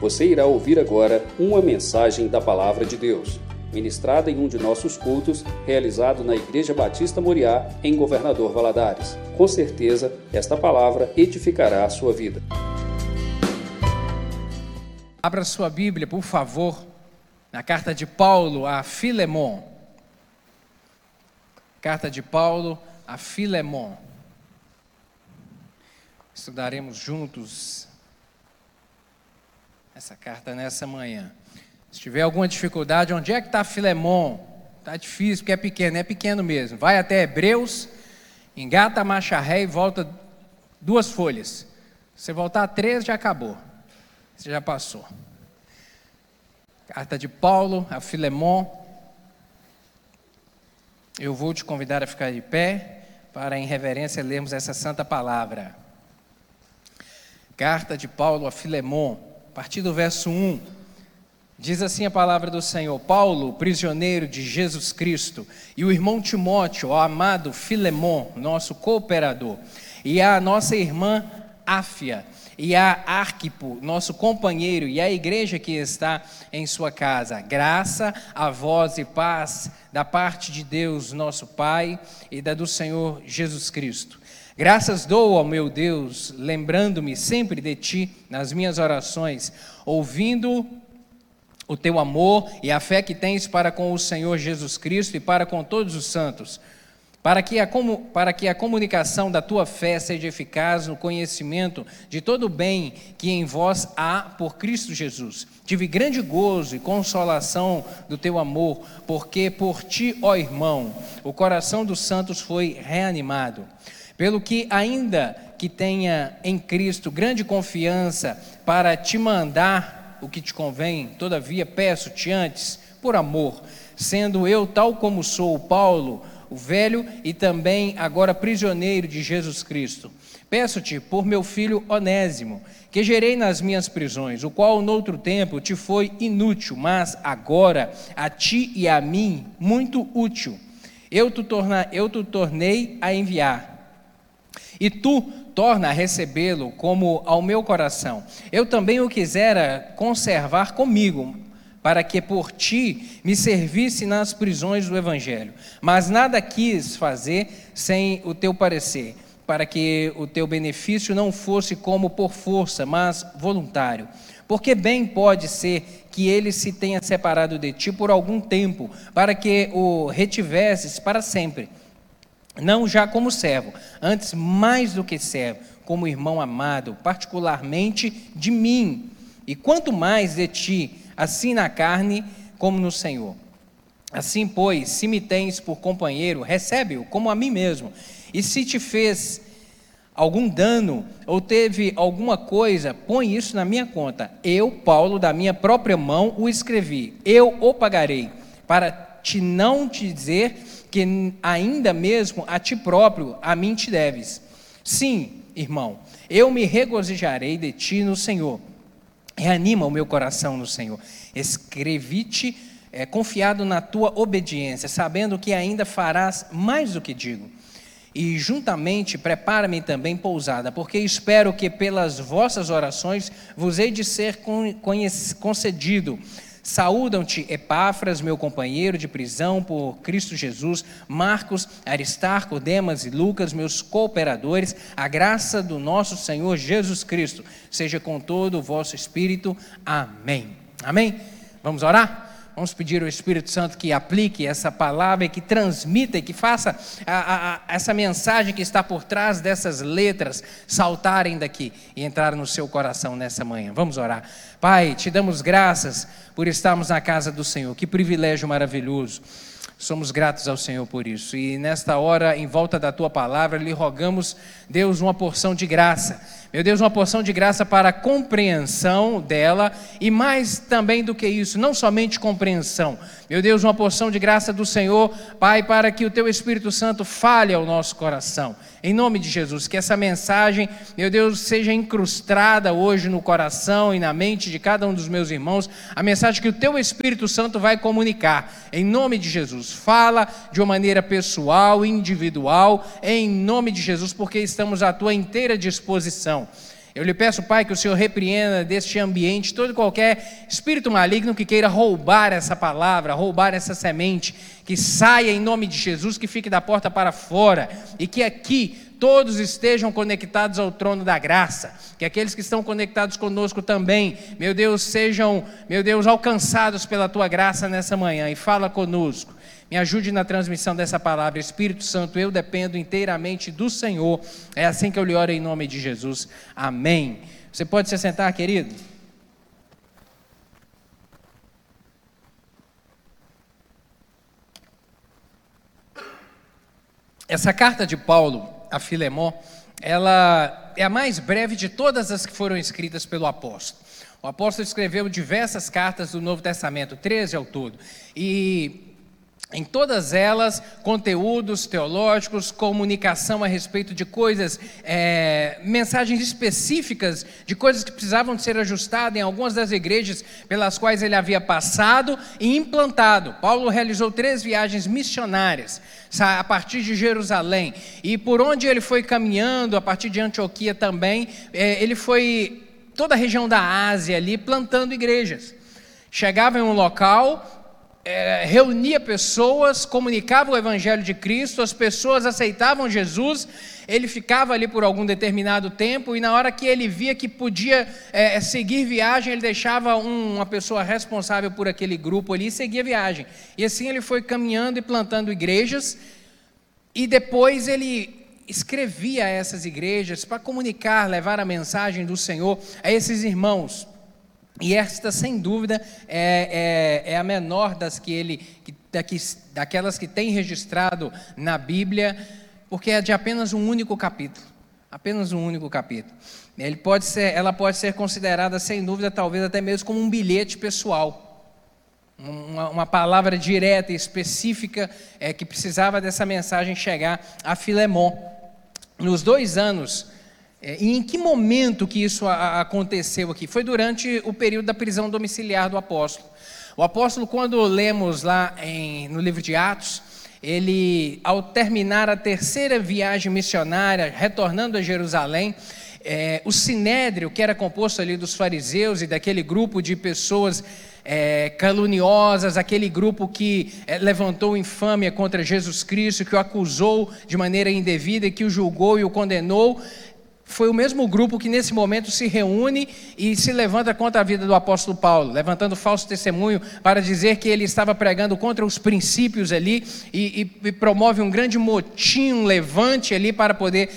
Você irá ouvir agora uma mensagem da Palavra de Deus, ministrada em um de nossos cultos, realizado na Igreja Batista Moriá, em Governador Valadares. Com certeza, esta palavra edificará a sua vida. Abra sua Bíblia, por favor, na carta de Paulo a Filemon. Carta de Paulo a Filemon. Estudaremos juntos essa carta nessa manhã. Se tiver alguma dificuldade, onde é que está Filemon? Está difícil porque é pequeno mesmo. Vai até Hebreus, engata a marcha ré e volta 2 folhas. Se você voltar a 3, já acabou. Você já passou. Carta de Paulo a Filemon. Eu vou te convidar a ficar de pé para, em reverência, lermos essa santa palavra. Carta de Paulo a Filemon, a partir do verso 1. Diz assim a palavra do Senhor: Paulo, prisioneiro de Jesus Cristo, e o irmão Timóteo, o amado Filemon, nosso cooperador, e a nossa irmã Áfia, e a Arquipo, nosso companheiro, e a igreja que está em sua casa. Graça a vós e paz da parte de Deus, nosso Pai, e da do Senhor Jesus Cristo. Graças dou ao meu Deus, lembrando-me sempre de ti nas minhas orações, ouvindo o teu amor e a fé que tens para com o Senhor Jesus Cristo e para com todos os santos, para que a comunicação da tua fé seja eficaz no conhecimento de todo o bem que em vós há por Cristo Jesus. Tive grande gozo e consolação do teu amor, porque por ti, ó irmão, o coração dos santos foi reanimado. Pelo que, ainda que tenha em Cristo grande confiança para te mandar o que te convém, todavia peço-te antes, por amor, sendo eu tal como sou, Paulo, o velho e também agora prisioneiro de Jesus Cristo. Peço-te por meu filho Onésimo, que gerei nas minhas prisões, o qual noutro tempo te foi inútil, mas agora a ti e a mim muito útil. Eu te tornei a enviar, e tu torna a recebê-lo como ao meu coração. Eu também o quisera conservar comigo, para que por ti me servisse nas prisões do Evangelho. Mas nada quis fazer sem o teu parecer, para que o teu benefício não fosse como por força, mas voluntário. Porque bem pode ser que ele se tenha separado de ti por algum tempo, para que o retivesses para sempre. Não já como servo, antes mais do que servo, como irmão amado, particularmente de mim, e quanto mais de ti, assim na carne como no Senhor. Assim, pois, se me tens por companheiro, recebe-o como a mim mesmo. E se te fez algum dano, ou teve alguma coisa, põe isso na minha conta. Eu, Paulo, da minha própria mão, o escrevi. Eu o pagarei, para te não te dizer que ainda mesmo a ti próprio, a mim te deves. Sim, irmão, eu me regozijarei de ti no Senhor. Reanima o meu coração no Senhor. Escrevi-te confiado na tua obediência, sabendo que ainda farás mais do que digo. E juntamente prepara-me também pousada, porque espero que pelas vossas orações vos hei de ser concedido. Saúdam-te Epáfras, meu companheiro de prisão por Cristo Jesus, Marcos, Aristarco, Demas e Lucas, meus cooperadores. A graça do nosso Senhor Jesus Cristo seja com todo o vosso espírito. Amém. Amém? Vamos orar? Vamos pedir ao Espírito Santo que aplique essa palavra e que transmita e que faça essa mensagem que está por trás dessas letras saltarem daqui e entrar no seu coração nessa manhã. Vamos orar. Pai, te damos graças por estarmos na casa do Senhor. Que privilégio maravilhoso. Somos gratos ao Senhor por isso. E nesta hora, em volta da tua palavra, lhe rogamos, Deus, uma porção de graça. Meu Deus, uma porção de graça para a compreensão dela e mais também do que isso, não somente compreensão. Meu Deus, uma porção de graça do Senhor, Pai, para que o teu Espírito Santo fale ao nosso coração. Em nome de Jesus, que essa mensagem, meu Deus, seja incrustada hoje no coração e na mente de cada um dos meus irmãos, a mensagem que o teu Espírito Santo vai comunicar. Em nome de Jesus, fala de uma maneira pessoal, individual, em nome de Jesus, porque estamos à tua inteira disposição. Eu lhe peço, Pai, que o Senhor repreenda deste ambiente todo e qualquer espírito maligno que queira roubar essa palavra, roubar essa semente, que saia em nome de Jesus, que fique da porta para fora, e que aqui todos estejam conectados ao trono da graça, que aqueles que estão conectados conosco também, meu Deus, sejam, meu Deus, alcançados pela Tua graça nessa manhã, e fala conosco. Me ajude na transmissão dessa palavra, Espírito Santo, eu dependo inteiramente do Senhor. É assim que eu lhe oro em nome de Jesus. Amém. Você pode se sentar, querido? Essa carta de Paulo a Filemon, ela é a mais breve de todas as que foram escritas pelo apóstolo. O apóstolo escreveu diversas cartas do Novo Testamento, 13 ao todo, e em todas elas, conteúdos teológicos, comunicação a respeito de coisas, mensagens específicas de coisas que precisavam de ser ajustadas em algumas das igrejas pelas quais ele havia passado e implantado. Paulo realizou 3 viagens missionárias a partir de Jerusalém, e por onde ele foi caminhando, a partir de Antioquia também, ele foi toda a região da Ásia ali, plantando igrejas. Chegava em um local, reunia pessoas, comunicava o evangelho de Cristo, as pessoas aceitavam Jesus, ele ficava ali por algum determinado tempo, e na hora que ele via que podia seguir viagem, ele deixava uma pessoa responsável por aquele grupo ali e seguia viagem. E assim ele foi caminhando e plantando igrejas, e depois ele escrevia a essas igrejas para comunicar, levar a mensagem do Senhor a esses irmãos. E esta, sem dúvida, é a menor daquelas que tem registrado na Bíblia, porque é de apenas um único capítulo. Apenas um único capítulo. Ela pode ser considerada, sem dúvida, talvez até mesmo como um bilhete pessoal. Uma palavra direta e específica que precisava dessa mensagem chegar a Filemon. Nos 2 anos... E em que momento que isso aconteceu aqui? Foi durante o período da prisão domiciliar do apóstolo. O apóstolo, quando lemos lá no livro de Atos, ele, ao terminar a 3ª viagem missionária, retornando a Jerusalém, o sinédrio, que era composto ali dos fariseus e daquele grupo de pessoas caluniosas, aquele grupo que levantou infâmia contra Jesus Cristo, que o acusou de maneira indevida, que o julgou e o condenou, foi o mesmo grupo que nesse momento se reúne e se levanta contra a vida do apóstolo Paulo, levantando falso testemunho para dizer que ele estava pregando contra os princípios ali e promove um grande motim, um levante ali para poder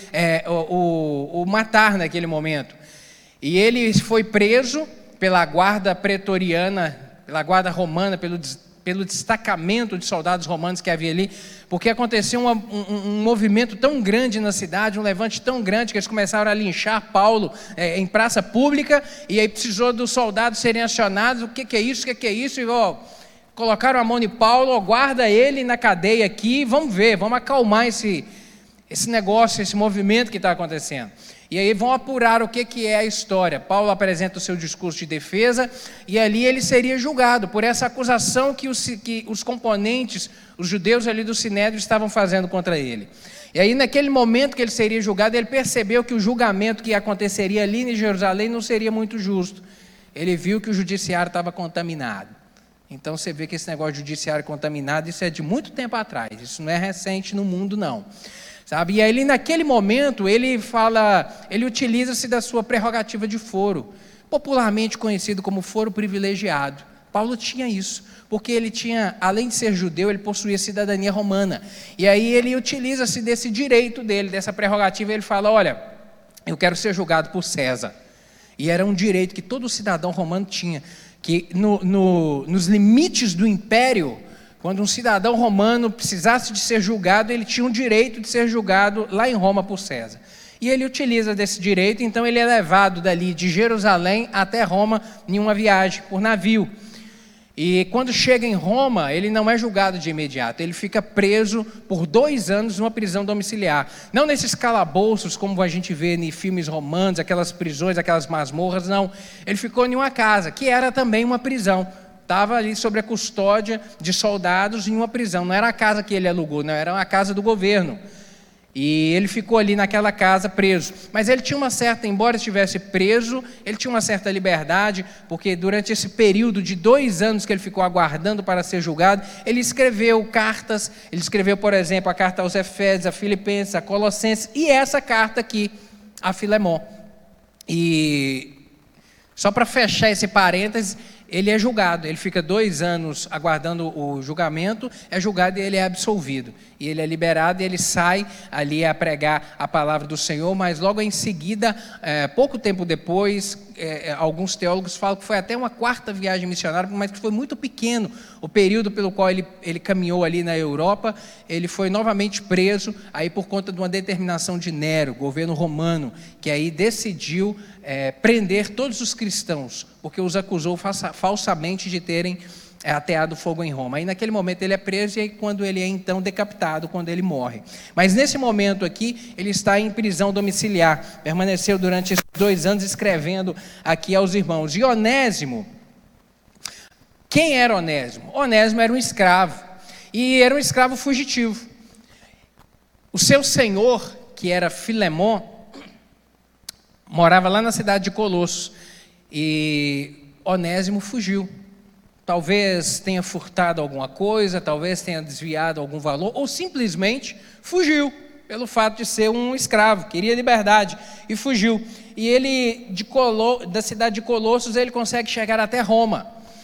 o matar naquele momento. E ele foi preso pela guarda pretoriana, pela guarda romana, pelo destacamento de soldados romanos que havia ali, porque aconteceu um movimento tão grande na cidade, um levante tão grande, que eles começaram a linchar Paulo em praça pública, e aí precisou dos soldados serem acionados. O que é isso, e colocaram a mão de Paulo, guarda ele na cadeia aqui, vamos ver, vamos acalmar esse negócio, esse movimento que está acontecendo. E aí vão apurar o que é a história. Paulo apresenta o seu discurso de defesa, e ali ele seria julgado por essa acusação que os componentes, os judeus ali do Sinédrio estavam fazendo contra ele. E aí naquele momento que ele seria julgado, ele percebeu que o julgamento que aconteceria ali em Jerusalém não seria muito justo. Ele viu que o judiciário estava contaminado. Então você vê que esse negócio de judiciário contaminado, isso é de muito tempo atrás, isso não é recente no mundo não. Sabe? E aí naquele momento ele utiliza-se da sua prerrogativa de foro, popularmente conhecido como foro privilegiado. Paulo tinha isso, porque ele tinha, além de ser judeu, ele possuía cidadania romana. E aí ele utiliza-se desse direito dele, dessa prerrogativa, e ele fala, olha, eu quero ser julgado por César. E era um direito que todo cidadão romano tinha, que nos limites do império, quando um cidadão romano precisasse de ser julgado, ele tinha um direito de ser julgado lá em Roma por César. E ele utiliza desse direito, então ele é levado dali de Jerusalém até Roma em uma viagem por navio. E quando chega em Roma, ele não é julgado de imediato, ele fica preso por 2 anos numa prisão domiciliar. Não nesses calabouços, como a gente vê em filmes romanos, aquelas prisões, aquelas masmorras, não. Ele ficou em uma casa, que era também uma prisão. Estava ali sob a custódia de soldados em uma prisão. Não era a casa que ele alugou, não, era uma casa do governo. E ele ficou ali naquela casa preso. Mas ele tinha uma certa, embora estivesse preso, ele tinha uma certa liberdade, porque durante esse período de 2 anos que ele ficou aguardando para ser julgado, ele escreveu cartas. Ele escreveu, por exemplo, a carta aos Efésios, a Filipenses, a Colossenses, e essa carta aqui, a Filemon. E só para fechar esse parênteses, ele é julgado, ele fica 2 anos aguardando o julgamento, é julgado e ele é absolvido. E ele é liberado e ele sai ali a pregar a palavra do Senhor, mas logo em seguida, pouco tempo depois, alguns teólogos falam que foi até uma 4ª viagem missionária, mas que foi muito pequeno o período pelo qual ele caminhou ali na Europa. Ele foi novamente preso, aí por conta de uma determinação de Nero, governo romano, que aí decidiu prender todos os cristãos, porque os acusou falsamente de terem ateado fogo em Roma. Aí naquele momento ele é preso, e aí quando ele é então decapitado, quando ele morre. Mas nesse momento aqui, ele está em prisão domiciliar, permaneceu durante esses 2 anos escrevendo aqui aos irmãos. E Onésimo, quem era Onésimo? Onésimo era um escravo, e era um escravo fugitivo. O seu senhor, que era Filemon, morava lá na cidade de Colossos, e Onésimo fugiu. Talvez tenha furtado alguma coisa, talvez tenha desviado algum valor, ou simplesmente fugiu, pelo fato de ser um escravo, queria liberdade, e fugiu. E ele, da cidade de Colossos, ele consegue chegar até Roma.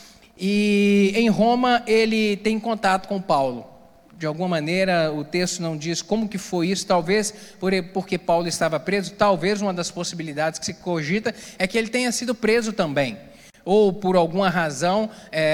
E em Roma ele tem contato com Paulo. De alguma maneira, o texto não diz como que foi isso, talvez porque Paulo estava preso, talvez uma das possibilidades que se cogita é que ele tenha sido preso também, ou por alguma razão,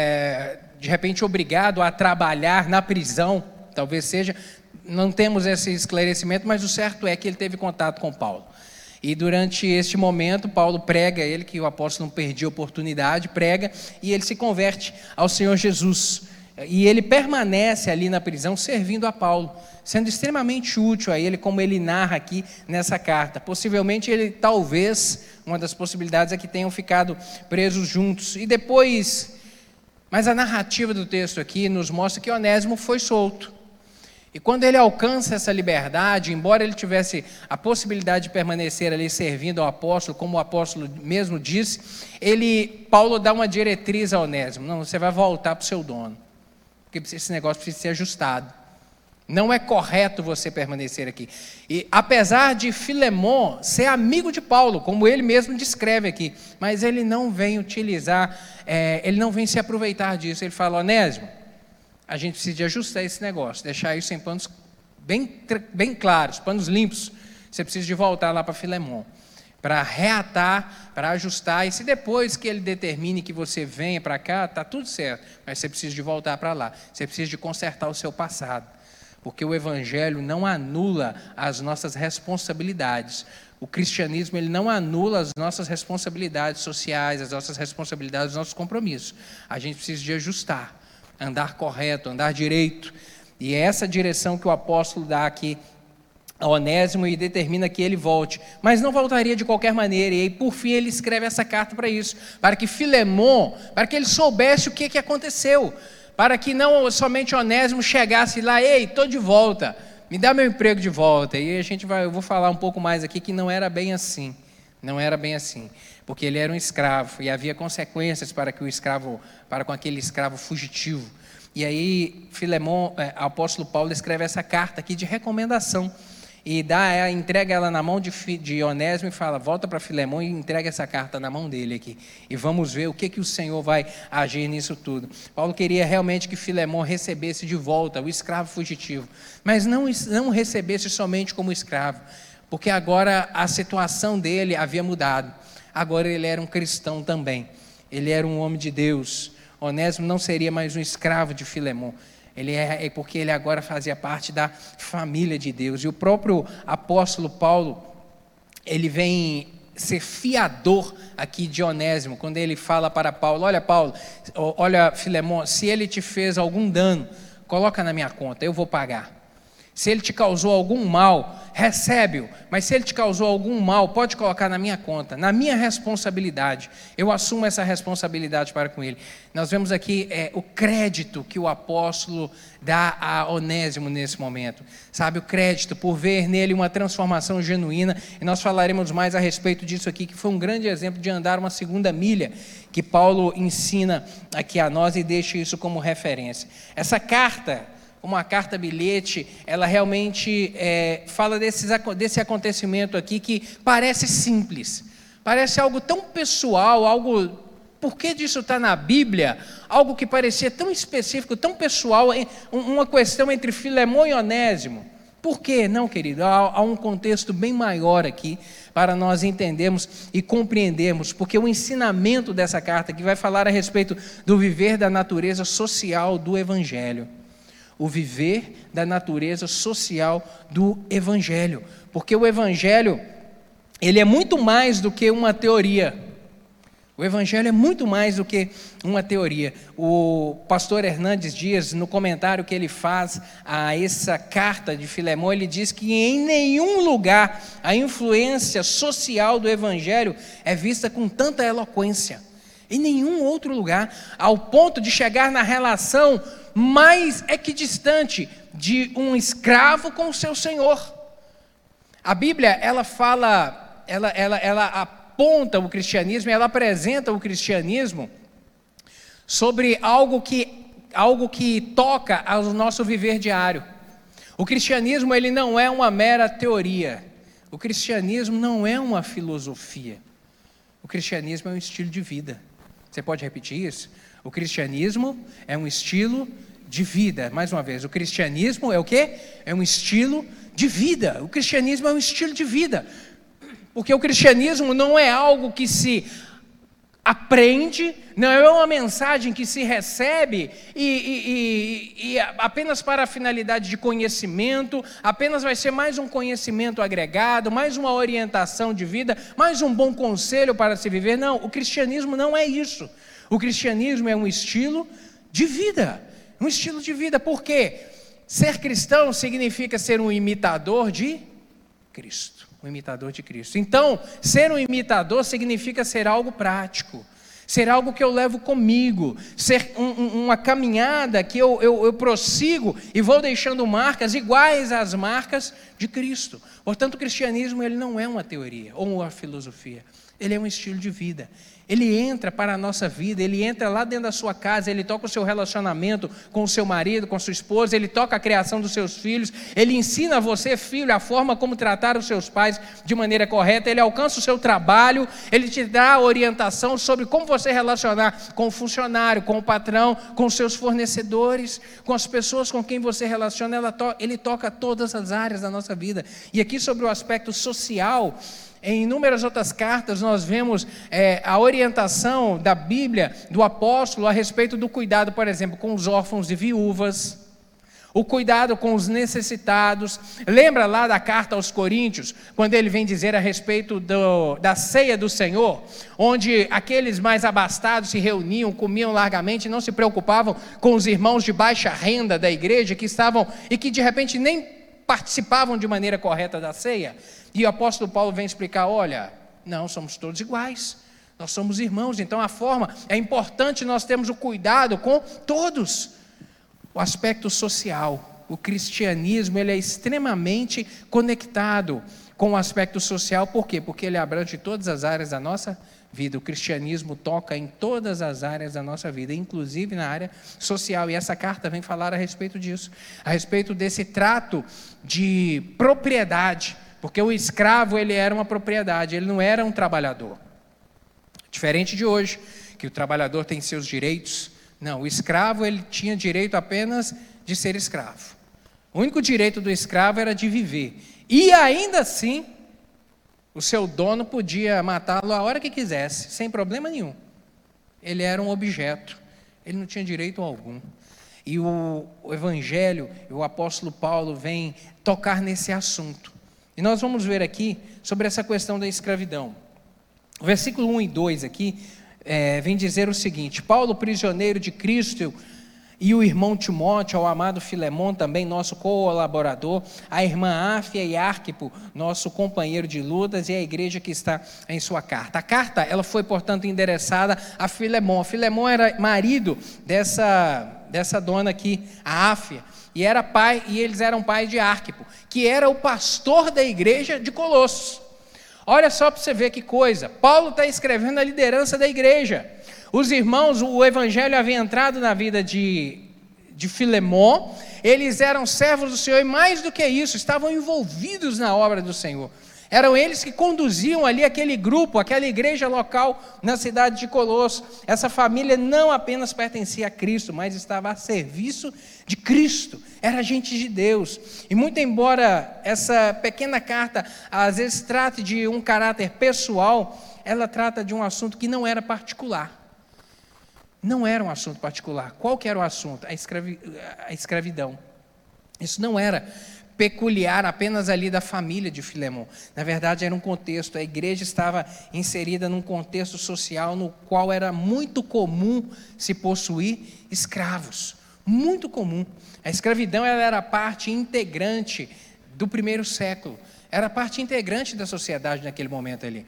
de repente obrigado a trabalhar na prisão, talvez seja, não temos esse esclarecimento, mas o certo é que ele teve contato com Paulo. E durante este momento, Paulo prega, ele que o apóstolo não perdia a oportunidade, prega, e ele se converte ao Senhor Jesus. E ele permanece ali na prisão servindo a Paulo, sendo extremamente útil a ele, como ele narra aqui nessa carta. Possivelmente ele, talvez, uma das possibilidades é que tenham ficado presos juntos. E depois, mas a narrativa do texto aqui nos mostra que Onésimo foi solto. E quando ele alcança essa liberdade, embora ele tivesse a possibilidade de permanecer ali servindo ao apóstolo, como o apóstolo mesmo disse, Paulo dá uma diretriz a Onésimo: não, você vai voltar para o seu dono, porque esse negócio precisa ser ajustado. Não é correto você permanecer aqui. E apesar de Filemon ser amigo de Paulo, como ele mesmo descreve aqui, mas ele não vem utilizar, ele não vem se aproveitar disso. Ele fala: Onésimo, a gente precisa de ajustar esse negócio, deixar isso em panos bem claros, panos limpos. Você precisa de voltar lá para Filemon, para reatar, para ajustar, e se depois que ele determine que você venha para cá, está tudo certo, mas você precisa de voltar para lá, você precisa de consertar o seu passado, porque o Evangelho não anula as nossas responsabilidades. O cristianismo, ele não anula as nossas responsabilidades sociais, as nossas responsabilidades, os nossos compromissos. A gente precisa de ajustar, andar correto, andar direito, e é essa direção que o apóstolo dá aqui a Onésimo e determina que ele volte, mas não voltaria de qualquer maneira. E aí, por fim, ele escreve essa carta para isso, para que Filemon, para que ele soubesse o que aconteceu, para que não somente Onésimo chegasse lá: ei, estou de volta, me dá meu emprego de volta. E eu vou falar um pouco mais aqui que não era bem assim, porque ele era um escravo e havia consequências para com aquele escravo fugitivo. E aí Filemon, o apóstolo Paulo escreve essa carta aqui de recomendação e entrega ela na mão de Onésimo e fala: volta para Filemon e entrega essa carta na mão dele aqui, e vamos ver o que o Senhor vai agir nisso tudo. Paulo queria realmente que Filemon recebesse de volta o escravo fugitivo, mas não recebesse somente como escravo, porque agora a situação dele havia mudado. Agora ele era um cristão também, ele era um homem de Deus. Onésimo não seria mais um escravo de Filemon, porque ele agora fazia parte da família de Deus. E o próprio apóstolo Paulo, ele vem ser fiador aqui de Onésimo, quando ele fala para Paulo: olha Filemon, se ele te fez algum dano, coloca na minha conta, eu vou pagar. Se ele te causou algum mal, recebe-o, mas se ele te causou algum mal, pode colocar na minha conta, na minha responsabilidade. Eu assumo essa responsabilidade para com ele. Nós vemos aqui o crédito que o apóstolo dá a Onésimo nesse momento, sabe, o crédito por ver nele uma transformação genuína, e nós falaremos mais a respeito disso aqui, que foi um grande exemplo de andar uma segunda milha, que Paulo ensina aqui a nós e deixa isso como referência. Essa carta, uma carta-bilhete, ela realmente fala desse acontecimento aqui que parece simples, parece algo tão pessoal, por que disso está na Bíblia? Algo que parecia tão específico, tão pessoal, uma questão entre Filemão e Onésimo. Por quê? Não, querido, há um contexto bem maior aqui, para nós entendermos e compreendermos, porque o ensinamento dessa carta que vai falar a respeito do viver da natureza social do Evangelho. O viver da natureza social do Evangelho, porque o Evangelho, ele é muito mais do que uma teoria. O Evangelho é muito mais do que uma teoria. O pastor Hernandes Dias, no comentário que ele faz a essa carta de Filemão, ele diz que em nenhum lugar a influência social do Evangelho é vista com tanta eloquência. Em nenhum outro lugar, ao ponto de chegar na relação mais equidistante de um escravo com o seu senhor. A Bíblia, ela fala, ela aponta o cristianismo, ela apresenta o cristianismo sobre algo que toca ao nosso viver diário. O cristianismo, ele não é uma mera teoria. O cristianismo não é uma filosofia. O cristianismo é um estilo de vida. Você pode repetir isso? O cristianismo é um estilo de vida. Mais uma vez, o cristianismo é o quê? É um estilo de vida. O cristianismo é um estilo de vida. Porque o cristianismo não é algo que se aprende, não é uma mensagem que se recebe e apenas para a finalidade de conhecimento, apenas vai ser mais um conhecimento agregado, mais uma orientação de vida, mais um bom conselho para se viver. Não, o cristianismo não é isso. O cristianismo é um estilo de vida. Um estilo de vida, por quê? Ser cristão significa ser um imitador de Cristo. Um imitador de Cristo. Então, ser um imitador significa ser algo prático, ser algo que eu levo comigo, ser uma caminhada que eu prossigo e vou deixando marcas iguais às marcas de Cristo. Portanto, o cristianismo, ele não é uma teoria ou uma filosofia, ele é um estilo de vida. Ele entra para a nossa vida, ele entra lá dentro da sua casa, ele toca o seu relacionamento com o seu marido, com a sua esposa, ele toca a criação dos seus filhos, ele ensina a você, filho, a forma como tratar os seus pais de maneira correta, ele alcança o seu trabalho, ele te dá orientação sobre como você relacionar com o funcionário, com o patrão, com os seus fornecedores, com as pessoas com quem você relaciona, ele toca todas as áreas da nossa vida. E aqui sobre o aspecto social, em inúmeras outras cartas nós vemos a orientação da Bíblia, do apóstolo, a respeito do cuidado, por exemplo, com os órfãos e viúvas, o cuidado com os necessitados. Lembra lá da carta aos Coríntios, quando ele vem dizer a respeito da ceia do Senhor, onde aqueles mais abastados se reuniam, comiam largamente, não se preocupavam com os irmãos de baixa renda da igreja, que estavam, e que de repente nem participavam de maneira correta da ceia. E o apóstolo Paulo vem explicar, olha, não, somos todos iguais, nós somos irmãos, então é importante nós termos o cuidado com todos. O aspecto social, o cristianismo, ele é extremamente conectado com o aspecto social, por quê? Porque ele abrange todas as áreas da nossa vida. O cristianismo toca em todas as áreas da nossa vida, inclusive na área social, e essa carta vem falar a respeito disso, a respeito desse trato de propriedade, porque o escravo, ele era uma propriedade, ele não era um trabalhador. Diferente de hoje, que o trabalhador tem seus direitos. Não, o escravo, ele tinha direito apenas de ser escravo. O único direito do escravo era de viver. E ainda assim, o seu dono podia matá-lo a hora que quisesse, sem problema nenhum. Ele era um objeto, ele não tinha direito algum. E o Evangelho, o apóstolo Paulo vem tocar nesse assunto. E nós vamos ver aqui sobre essa questão da escravidão. O versículo 1 e 2 aqui vem dizer o seguinte: Paulo, prisioneiro de Cristo e o irmão Timóteo, ao amado Filemon, também nosso colaborador, a irmã Áfia e Arquipo, nosso companheiro de lutas, e a igreja que está em sua carta. A carta, ela foi, portanto, endereçada a Filemon. Filemon era marido dessa dona aqui, a Áfia, e eles eram pais de Arquipo, que era o pastor da igreja de Colossos. Olha só para você ver que coisa, Paulo está escrevendo a liderança da igreja. Os irmãos, o evangelho havia entrado na vida de Filemon, eles eram servos do Senhor, e mais do que isso, estavam envolvidos na obra do Senhor. Eram eles que conduziam ali aquele grupo, aquela igreja local na cidade de Colossos. Essa família não apenas pertencia a Cristo, mas estava a serviço de Cristo, era gente de Deus. E muito embora essa pequena carta às vezes trate de um caráter pessoal, ela trata de um assunto que não era particular. Não era um assunto particular. Qual que era o assunto? A escravidão. Isso não era peculiar apenas ali da família de Filemon. Na verdade, era um contexto. A igreja estava inserida num contexto social no qual era muito comum se possuir escravos. Muito comum. A escravidão ela era parte integrante do primeiro século. Era parte integrante da sociedade naquele momento ali.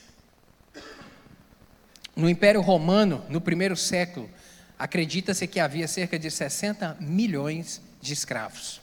No Império Romano, no primeiro século, acredita-se que havia cerca de 60 milhões de escravos.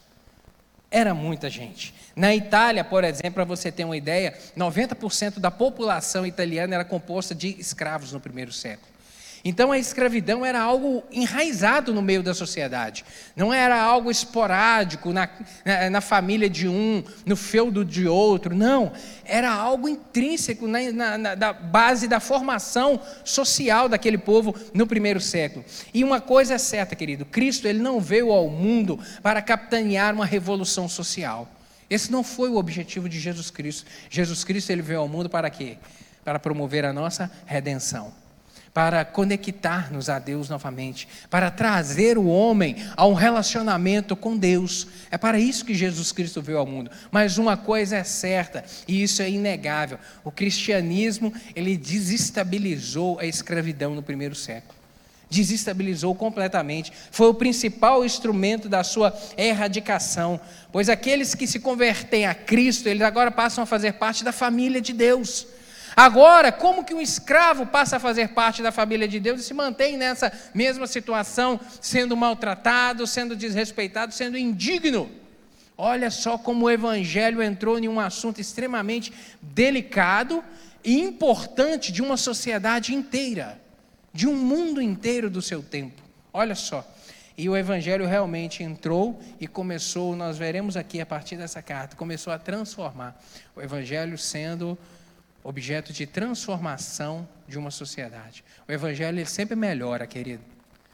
Era muita gente. Na Itália, por exemplo, para você ter uma ideia, 90% da população italiana era composta de escravos no primeiro século. Então a escravidão era algo enraizado no meio da sociedade, não era algo esporádico na família de um, no feudo de outro, não, era algo intrínseco na base da formação social daquele povo no primeiro século. E uma coisa é certa, querido, Cristo ele não veio ao mundo para capitanear uma revolução social. Esse não foi o objetivo de Jesus Cristo. Jesus Cristo ele veio ao mundo para quê? Para promover a nossa redenção, para conectar-nos a Deus novamente, para trazer o homem a um relacionamento com Deus. É para isso que Jesus Cristo veio ao mundo. Mas uma coisa é certa, e isso é inegável: o cristianismo, ele desestabilizou a escravidão no primeiro século. Desestabilizou completamente. Foi o principal instrumento da sua erradicação, pois aqueles que se convertem a Cristo, eles agora passam a fazer parte da família de Deus. Agora, como que um escravo passa a fazer parte da família de Deus e se mantém nessa mesma situação, sendo maltratado, sendo desrespeitado, sendo indigno? Olha só como o evangelho entrou em um assunto extremamente delicado e importante de uma sociedade inteira, de um mundo inteiro do seu tempo. Olha só, e o evangelho realmente entrou e começou, nós veremos aqui a partir dessa carta, começou a transformar, o evangelho sendo objeto de transformação de uma sociedade. O evangelho ele sempre melhora, querido.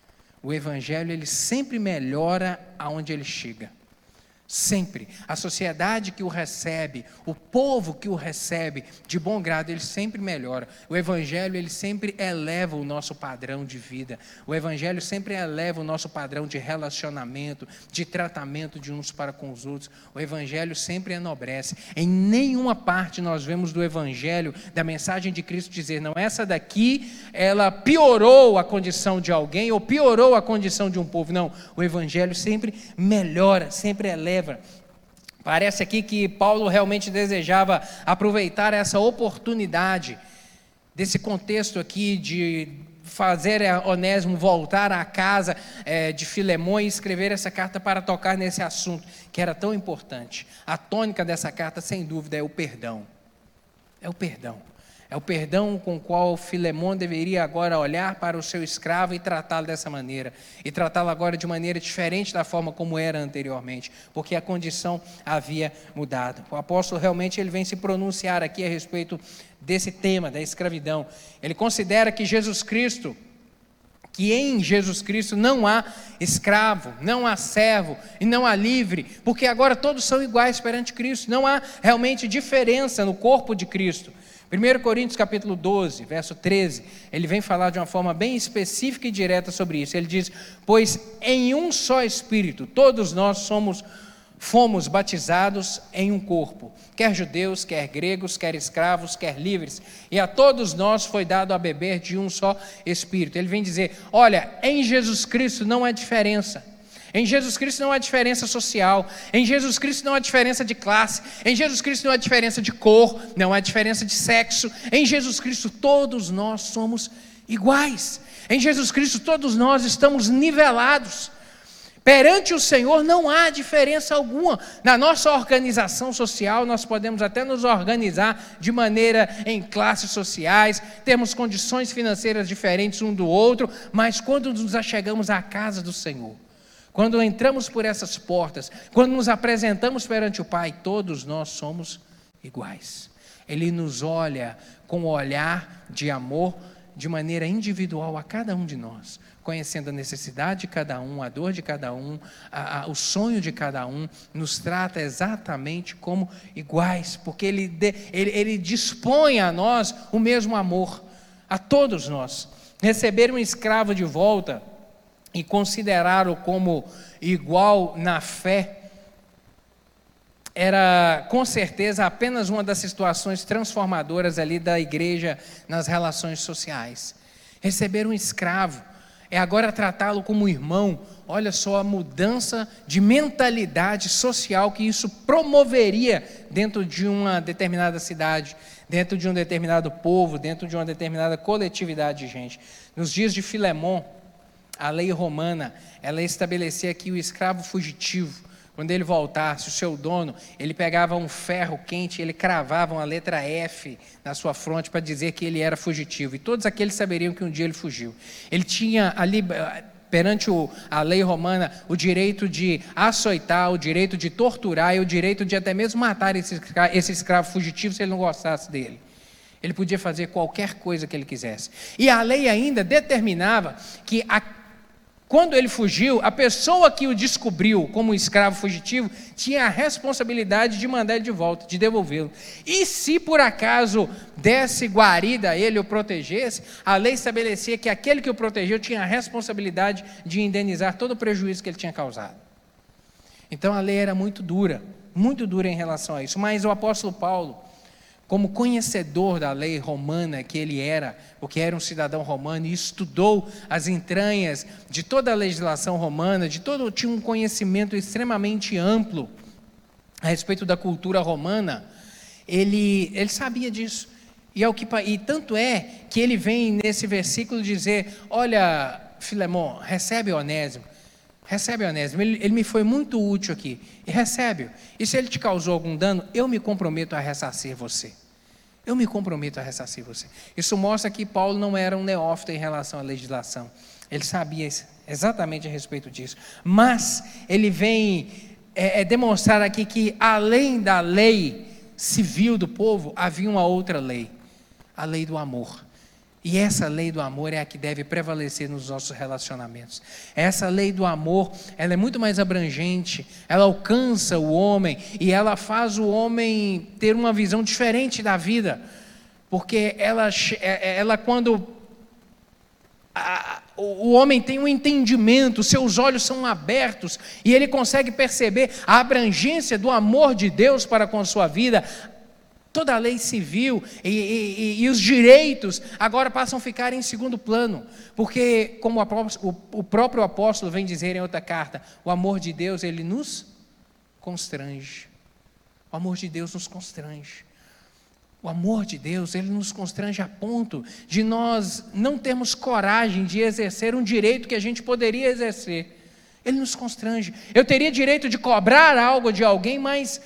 O evangelho ele sempre melhora aonde ele chega. Sempre. A sociedade que o recebe, o povo que o recebe de bom grado, ele sempre melhora. O evangelho ele sempre eleva o nosso padrão de vida. O evangelho sempre eleva o nosso padrão de relacionamento, de tratamento de uns para com os outros. O evangelho sempre enobrece. Em nenhuma parte nós vemos do evangelho, da mensagem de Cristo dizer, não, essa daqui ela piorou a condição de alguém ou piorou a condição de um povo. Não, o evangelho sempre melhora, sempre eleva. Parece aqui que Paulo realmente desejava aproveitar essa oportunidade desse contexto aqui de fazer Onésimo voltar à casa de Filemon e escrever essa carta para tocar nesse assunto que era tão importante. A tônica dessa carta, sem dúvida, é o perdão. É o perdão. É o perdão com o qual Filemon deveria agora olhar para o seu escravo e tratá-lo dessa maneira. E tratá-lo agora de maneira diferente da forma como era anteriormente, porque a condição havia mudado. O apóstolo realmente ele vem se pronunciar aqui a respeito desse tema, da escravidão. Ele considera que em Jesus Cristo não há escravo, não há servo e não há livre, porque agora todos são iguais perante Cristo. Não há realmente diferença no corpo de Cristo. 1 Coríntios capítulo 12, verso 13, ele vem falar de uma forma bem específica e direta sobre isso. Ele diz, pois em um só Espírito, todos nós somos fomos batizados em um corpo, quer judeus, quer gregos, quer escravos, quer livres, e a todos nós foi dado a beber de um só Espírito. Ele vem dizer, olha, em Jesus Cristo não há diferença. Em Jesus Cristo não há diferença social, em Jesus Cristo não há diferença de classe, em Jesus Cristo não há diferença de cor, não há diferença de sexo, em Jesus Cristo todos nós somos iguais, em Jesus Cristo todos nós estamos nivelados. Perante o Senhor não há diferença alguma. Na nossa organização social, nós podemos até nos organizar de maneira em classes sociais, temos condições financeiras diferentes um do outro, mas quando nos achegamos à casa do Senhor, quando entramos por essas portas, quando nos apresentamos perante o Pai, todos nós somos iguais. Ele nos olha com o olhar de amor, de maneira individual a cada um de nós, conhecendo a necessidade de cada um, a dor de cada um, o sonho de cada um, nos trata exatamente como iguais, porque Ele dispõe a nós o mesmo amor, a todos nós. Receber um escravo de volta e considerá-lo como igual na fé, era com certeza apenas uma das situações transformadoras ali da igreja nas relações sociais. Receber um escravo é agora tratá-lo como irmão. Olha só a mudança de mentalidade social que isso promoveria dentro de uma determinada cidade, dentro de um determinado povo, dentro de uma determinada coletividade de gente. Nos dias de Filemon, a lei romana, ela estabelecia que o escravo fugitivo, quando ele voltasse, o seu dono, ele pegava um ferro quente, ele cravava uma letra F na sua fronte para dizer que ele era fugitivo, e todos aqueles saberiam que um dia ele fugiu. Ele tinha ali, perante a lei romana, o direito de açoitar, o direito de torturar e o direito de até mesmo matar esse escravo fugitivo se ele não gostasse dele. Ele podia fazer qualquer coisa que ele quisesse. E a lei ainda determinava que quando ele fugiu, a pessoa que o descobriu como escravo fugitivo tinha a responsabilidade de mandar ele de volta, de devolvê-lo. E se por acaso desse guarida a ele, o protegesse, a lei estabelecia que aquele que o protegeu tinha a responsabilidade de indenizar todo o prejuízo que ele tinha causado. Então a lei era muito dura em relação a isso. Mas o apóstolo Paulo, como conhecedor da lei romana que ele era, porque era um cidadão romano e estudou as entranhas de toda a legislação romana, tinha um conhecimento extremamente amplo a respeito da cultura romana, ele sabia disso. E tanto é que ele vem nesse versículo dizer, olha, Filemon, recebe Onésimo, ele me foi muito útil aqui, e recebe-o. E se ele te causou algum dano, eu me comprometo a ressarcir você. Isso mostra que Paulo não era um neófito em relação à legislação. Ele sabia exatamente a respeito disso. Mas ele vem demonstrar aqui que além da lei civil do povo, havia uma outra lei, a lei do amor. E essa lei do amor é a que deve prevalecer nos nossos relacionamentos. Essa lei do amor, ela é muito mais abrangente, ela alcança o homem e ela faz o homem ter uma visão diferente da vida. Porque ela quando o homem tem um entendimento, seus olhos são abertos e ele consegue perceber a abrangência do amor de Deus para com a sua vida, toda a lei civil e os direitos agora passam a ficar em segundo plano, porque como o próprio apóstolo vem dizer em outra carta, o amor de Deus, ele nos constrange. O amor de Deus nos constrange. O amor de Deus, ele nos constrange a ponto de nós não termos coragem de exercer um direito que a gente poderia exercer. Ele nos constrange. Eu teria direito de cobrar algo de alguém, mas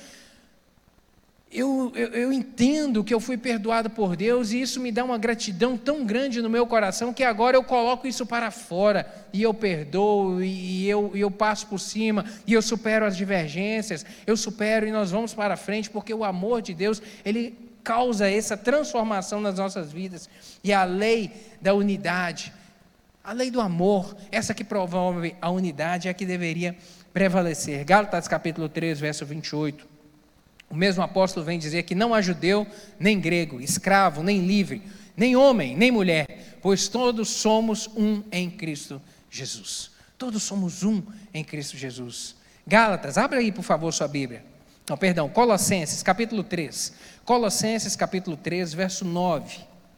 eu entendo que eu fui perdoado por Deus e isso me dá uma gratidão tão grande no meu coração que agora eu coloco isso para fora e eu perdoo e eu passo por cima e eu supero as divergências, e nós vamos para frente porque o amor de Deus, ele causa essa transformação nas nossas vidas. E a lei da unidade, a lei do amor, essa que promove a unidade é a que deveria prevalecer. Gálatas capítulo 3, verso 28. O mesmo apóstolo vem dizer que não há judeu, nem grego, escravo, nem livre, nem homem, nem mulher, pois todos somos um em Cristo Jesus. Todos somos um em Cristo Jesus. Gálatas, abre aí por favor sua Bíblia. Não, perdão, Colossenses capítulo 3. Colossenses capítulo 3, verso 9.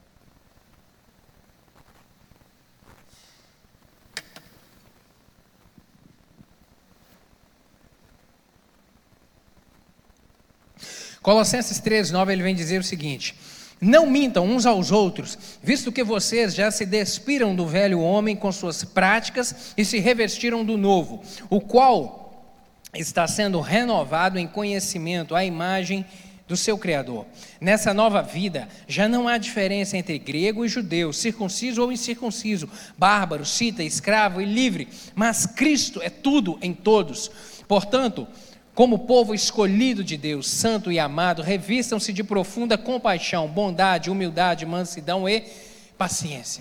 Colossenses 3, 9, ele vem dizer o seguinte: não mintam uns aos outros, visto que vocês já se despiram do velho homem com suas práticas e se revestiram do novo, o qual está sendo renovado em conhecimento à imagem do seu Criador. Nessa nova vida, já não há diferença entre grego e judeu, circunciso ou incircunciso, bárbaro, cita, escravo e livre, mas Cristo é tudo em todos. Portanto, como povo escolhido de Deus, santo e amado, revistam-se de profunda compaixão, bondade, humildade, mansidão e paciência.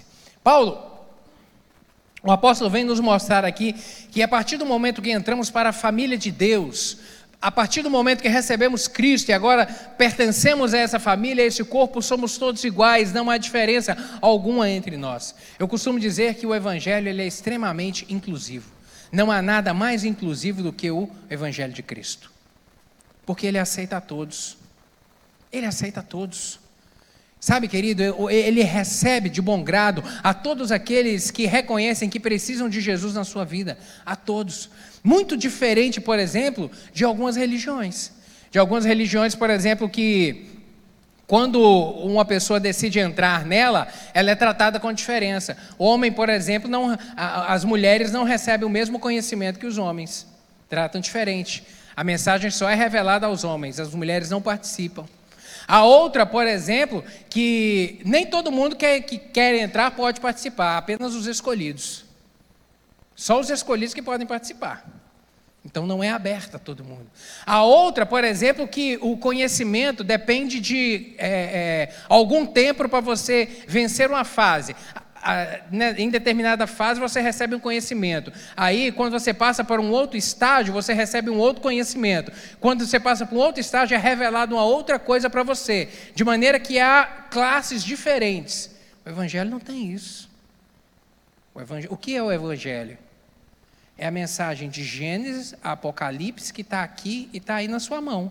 O apóstolo vem nos mostrar aqui que a partir do momento que entramos para a família de Deus, a partir do momento que recebemos Cristo e agora pertencemos a essa família, a esse corpo, somos todos iguais, não há diferença alguma entre nós. Eu costumo dizer que o Evangelho ele é extremamente inclusivo. Não há nada mais inclusivo do que o Evangelho de Cristo, porque ele aceita a todos. Ele aceita a todos. Sabe, querido, ele recebe de bom grado a todos aqueles que reconhecem que precisam de Jesus na sua vida, a todos. Muito diferente, por exemplo, de algumas religiões. De algumas religiões, por exemplo, que quando uma pessoa decide entrar nela, ela é tratada com diferença. O homem, por exemplo, as mulheres não recebem o mesmo conhecimento que os homens. Tratam diferente. A mensagem só é revelada aos homens, as mulheres não participam. A outra, por exemplo, que nem todo mundo que quer entrar pode participar, apenas os escolhidos. Só os escolhidos que podem participar. Então não é aberta a todo mundo. A outra, por exemplo, que o conhecimento depende de algum tempo para você vencer uma fase. Em determinada fase você recebe um conhecimento. Aí quando você passa para um outro estágio, você recebe um outro conhecimento. Quando você passa para um outro estágio, é revelado uma outra coisa para você. De maneira que há classes diferentes. O Evangelho não tem isso. O que é o Evangelho? É a mensagem de Gênesis a Apocalipse que está aqui e está aí na sua mão.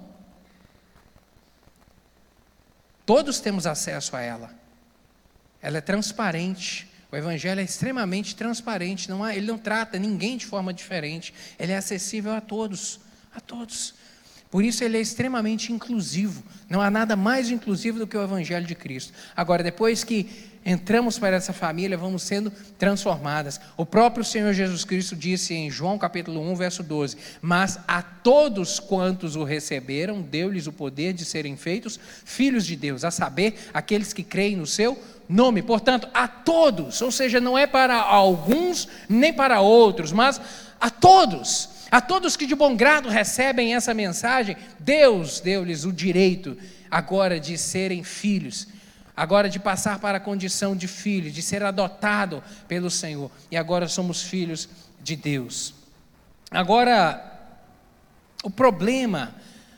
Todos temos acesso a ela. Ela é transparente. O Evangelho é extremamente transparente. Ele não trata ninguém de forma diferente. Ele é acessível a todos. A todos. Por isso ele é extremamente inclusivo. Não há nada mais inclusivo do que o Evangelho de Cristo. Agora, depois que entramos para essa família, vamos sendo transformadas. O próprio Senhor Jesus Cristo disse em João capítulo 1, verso 12: mas a todos quantos o receberam, deu-lhes o poder de serem feitos filhos de Deus, a saber, aqueles que creem no seu nome. Portanto, a todos, ou seja, não é para alguns nem para outros, mas a todos que de bom grado recebem essa mensagem, Deus deu-lhes o direito agora de serem filhos, agora de passar para a condição de filho, de ser adotado pelo Senhor, e agora somos filhos de Deus. Agora, o problema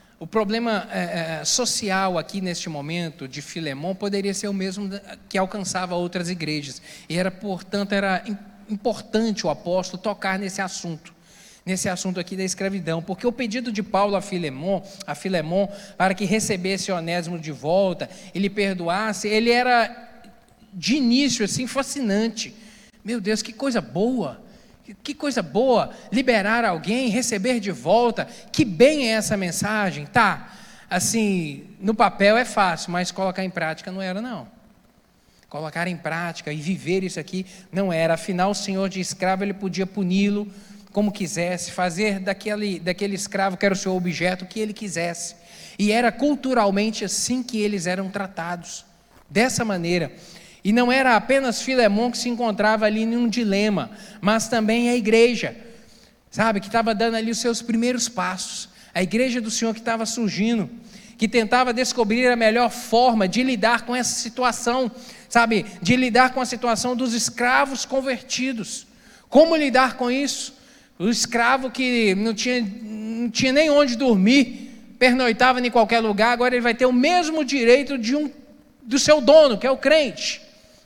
social aqui neste momento de Filemon poderia ser o mesmo que alcançava outras igrejas, e portanto era importante o apóstolo tocar nesse assunto aqui da escravidão, porque o pedido de Paulo a Filemon para que recebesse Onésimo de volta, ele perdoasse, ele era de início assim fascinante. Meu Deus, que coisa boa, liberar alguém, receber de volta, que bem é essa mensagem, tá? Assim, no papel é fácil, mas colocar em prática não era não. Colocar em prática e viver isso aqui não era, afinal o senhor de escravo ele podia puni-lo como quisesse, fazer daquele escravo que era o seu objeto o que ele quisesse, e era culturalmente assim que eles eram tratados, dessa maneira. E não era apenas Filemon que se encontrava ali em um dilema, mas também a igreja, sabe, que estava dando ali os seus primeiros passos, a igreja do Senhor que estava surgindo, que tentava descobrir a melhor forma de lidar com essa situação, sabe, de lidar com a situação dos escravos convertidos. Como lidar com isso? O escravo que não tinha nem onde dormir, pernoitava em qualquer lugar, agora ele vai ter o mesmo direito do seu dono, que é o crente.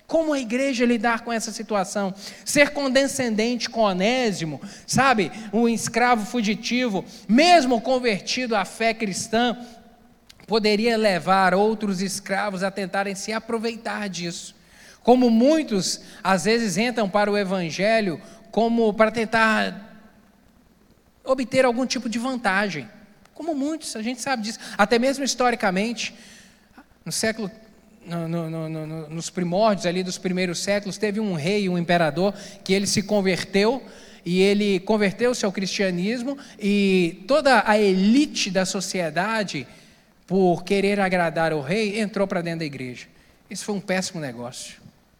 Como a igreja lidar com essa situação? Ser condescendente com Onésimo, sabe? Um escravo fugitivo, mesmo convertido à fé cristã, poderia levar outros escravos a tentarem se aproveitar disso. Como muitos, às vezes, entram para o evangelho como para tentar obter algum tipo de vantagem. Como muitos, a gente sabe disso. Até mesmo historicamente, no século nos primórdios ali dos primeiros séculos, teve um rei, um imperador, que ele se converteu, e ele converteu-se ao cristianismo, e toda a elite da sociedade, por querer agradar o rei, entrou para dentro da igreja. Isso foi um péssimo negócio,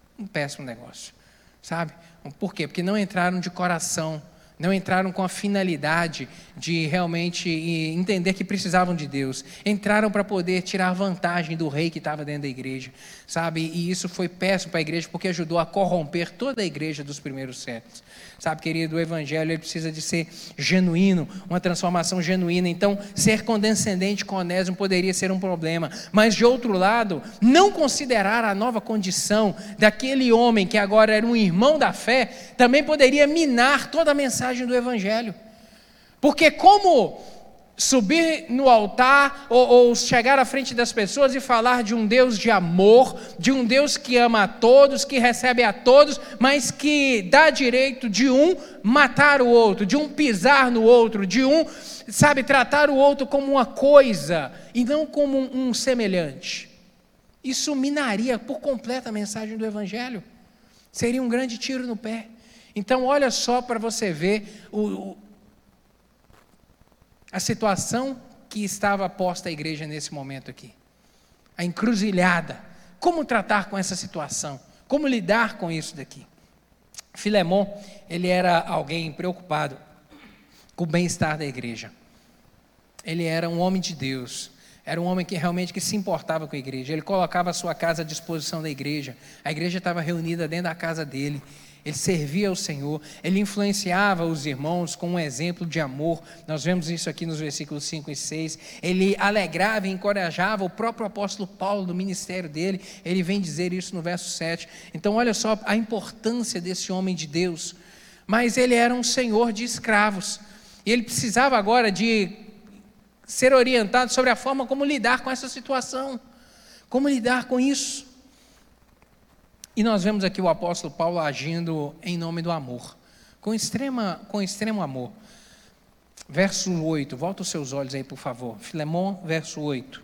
sabe? Por quê? Porque não entraram de coração, não entraram com a finalidade de realmente entender que precisavam de Deus. Entraram para poder tirar vantagem do rei que estava dentro da igreja, sabe? E isso foi péssimo para a igreja, porque ajudou a corromper toda a igreja dos primeiros séculos. Sabe, querido, o evangelho ele precisa de ser genuíno, uma transformação genuína. Então, ser condescendente com Onésimo poderia ser um problema. Mas, de outro lado, não considerar a nova condição daquele homem que agora era um irmão da fé, também poderia minar toda a mensagem do evangelho. Porque como subir no altar ou chegar à frente das pessoas e falar de um Deus de amor, de um Deus que ama a todos, que recebe a todos, mas que dá direito de um matar o outro, de um pisar no outro, de um, sabe, tratar o outro como uma coisa e não como um semelhante. Isso minaria por completo a mensagem do evangelho. Seria um grande tiro no pé. Então olha só para você ver a situação que estava posta a igreja nesse momento aqui. A encruzilhada. Como tratar com essa situação? Como lidar com isso daqui? Filemon, ele era alguém preocupado com o bem-estar da igreja. Ele era um homem de Deus. Era um homem que realmente se importava com a igreja. Ele colocava a sua casa à disposição da igreja. A igreja estava reunida dentro da casa dele. Ele servia ao Senhor, ele influenciava os irmãos com um exemplo de amor. Nós vemos isso aqui nos versículos 5 e 6. Ele alegrava e encorajava o próprio apóstolo Paulo no ministério dele. Ele vem dizer isso no verso 7. Então olha só a importância desse homem de Deus. Mas ele era um senhor de escravos. E ele precisava agora de ser orientado sobre a forma como lidar com essa situação. Como lidar com isso. E nós vemos aqui o apóstolo Paulo agindo em nome do amor, com extremo amor. Verso 8, volta os seus olhos aí, por favor. Filemon, verso 8.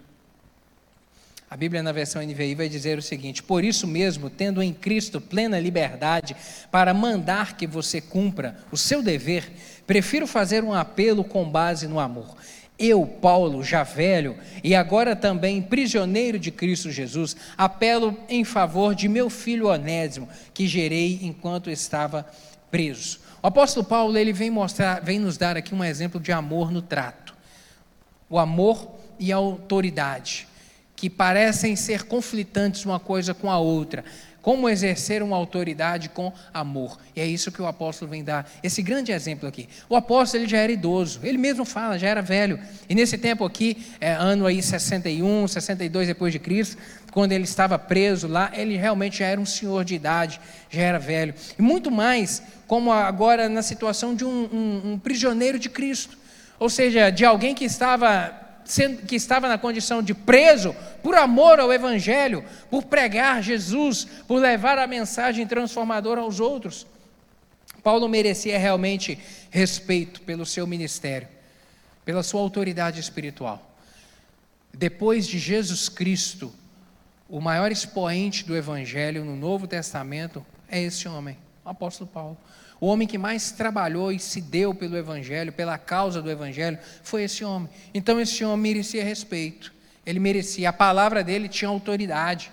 A Bíblia na versão NVI vai dizer o seguinte: por isso mesmo, tendo em Cristo plena liberdade para mandar que você cumpra o seu dever, prefiro fazer um apelo com base no amor. Eu, Paulo, já velho, e agora também prisioneiro de Cristo Jesus, apelo em favor de meu filho Onésimo, que gerei enquanto estava preso. O apóstolo Paulo, ele vem nos dar aqui um exemplo de amor no trato. O amor e a autoridade, que parecem ser conflitantes uma coisa com a outra. Como exercer uma autoridade com amor. E é isso que o apóstolo vem dar, esse grande exemplo aqui. O apóstolo ele já era idoso, ele mesmo fala, já era velho. E nesse tempo aqui, ano aí 61, 62 depois de Cristo, quando ele estava preso lá, ele realmente já era um senhor de idade, já era velho. E muito mais, como agora na situação de um prisioneiro de Cristo. Ou seja, de alguém que estava na condição de preso, por amor ao evangelho, por pregar Jesus, por levar a mensagem transformadora aos outros. Paulo merecia realmente respeito pelo seu ministério, pela sua autoridade espiritual. Depois de Jesus Cristo, o maior expoente do evangelho no Novo Testamento é esse homem, o apóstolo Paulo. O homem que mais trabalhou e se deu pelo evangelho, pela causa do evangelho, foi esse homem. Então esse homem merecia respeito, ele merecia, a palavra dele tinha autoridade.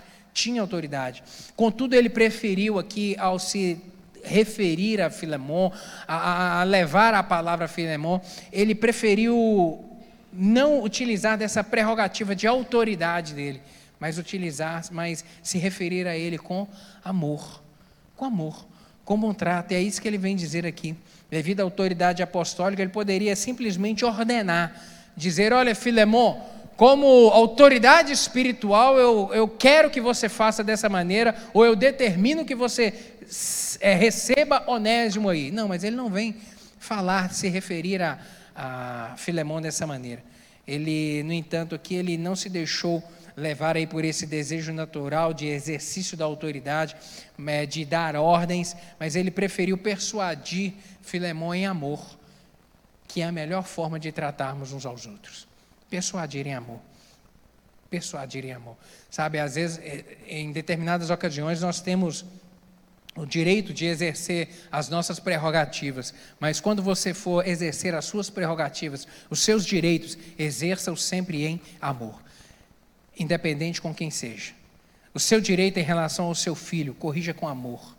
Contudo, ele preferiu aqui, ao se referir a Filemon, a levar a palavra a Filemon, ele preferiu não utilizar dessa prerrogativa de autoridade dele, mas se referir a ele com amor, como um trato. E é isso que ele vem dizer aqui. Devido à autoridade apostólica, ele poderia simplesmente ordenar, dizer: olha, Filemon, como autoridade espiritual, eu quero que você faça dessa maneira, ou eu determino que você receba Onésimo aí. Não, mas ele não vem se referir a Filemon dessa maneira. Ele, no entanto, aqui ele não se deixou levar aí por esse desejo natural de exercício da autoridade, de dar ordens, mas ele preferiu persuadir Filemon em amor, que é a melhor forma de tratarmos uns aos outros. Persuadir em amor. Persuadir em amor. Sabe, às vezes, em determinadas ocasiões, nós temos o direito de exercer as nossas prerrogativas, mas quando você for exercer as suas prerrogativas, os seus direitos, exerça-os sempre em amor, independente com quem seja. O seu direito em relação ao seu filho, corrija com amor.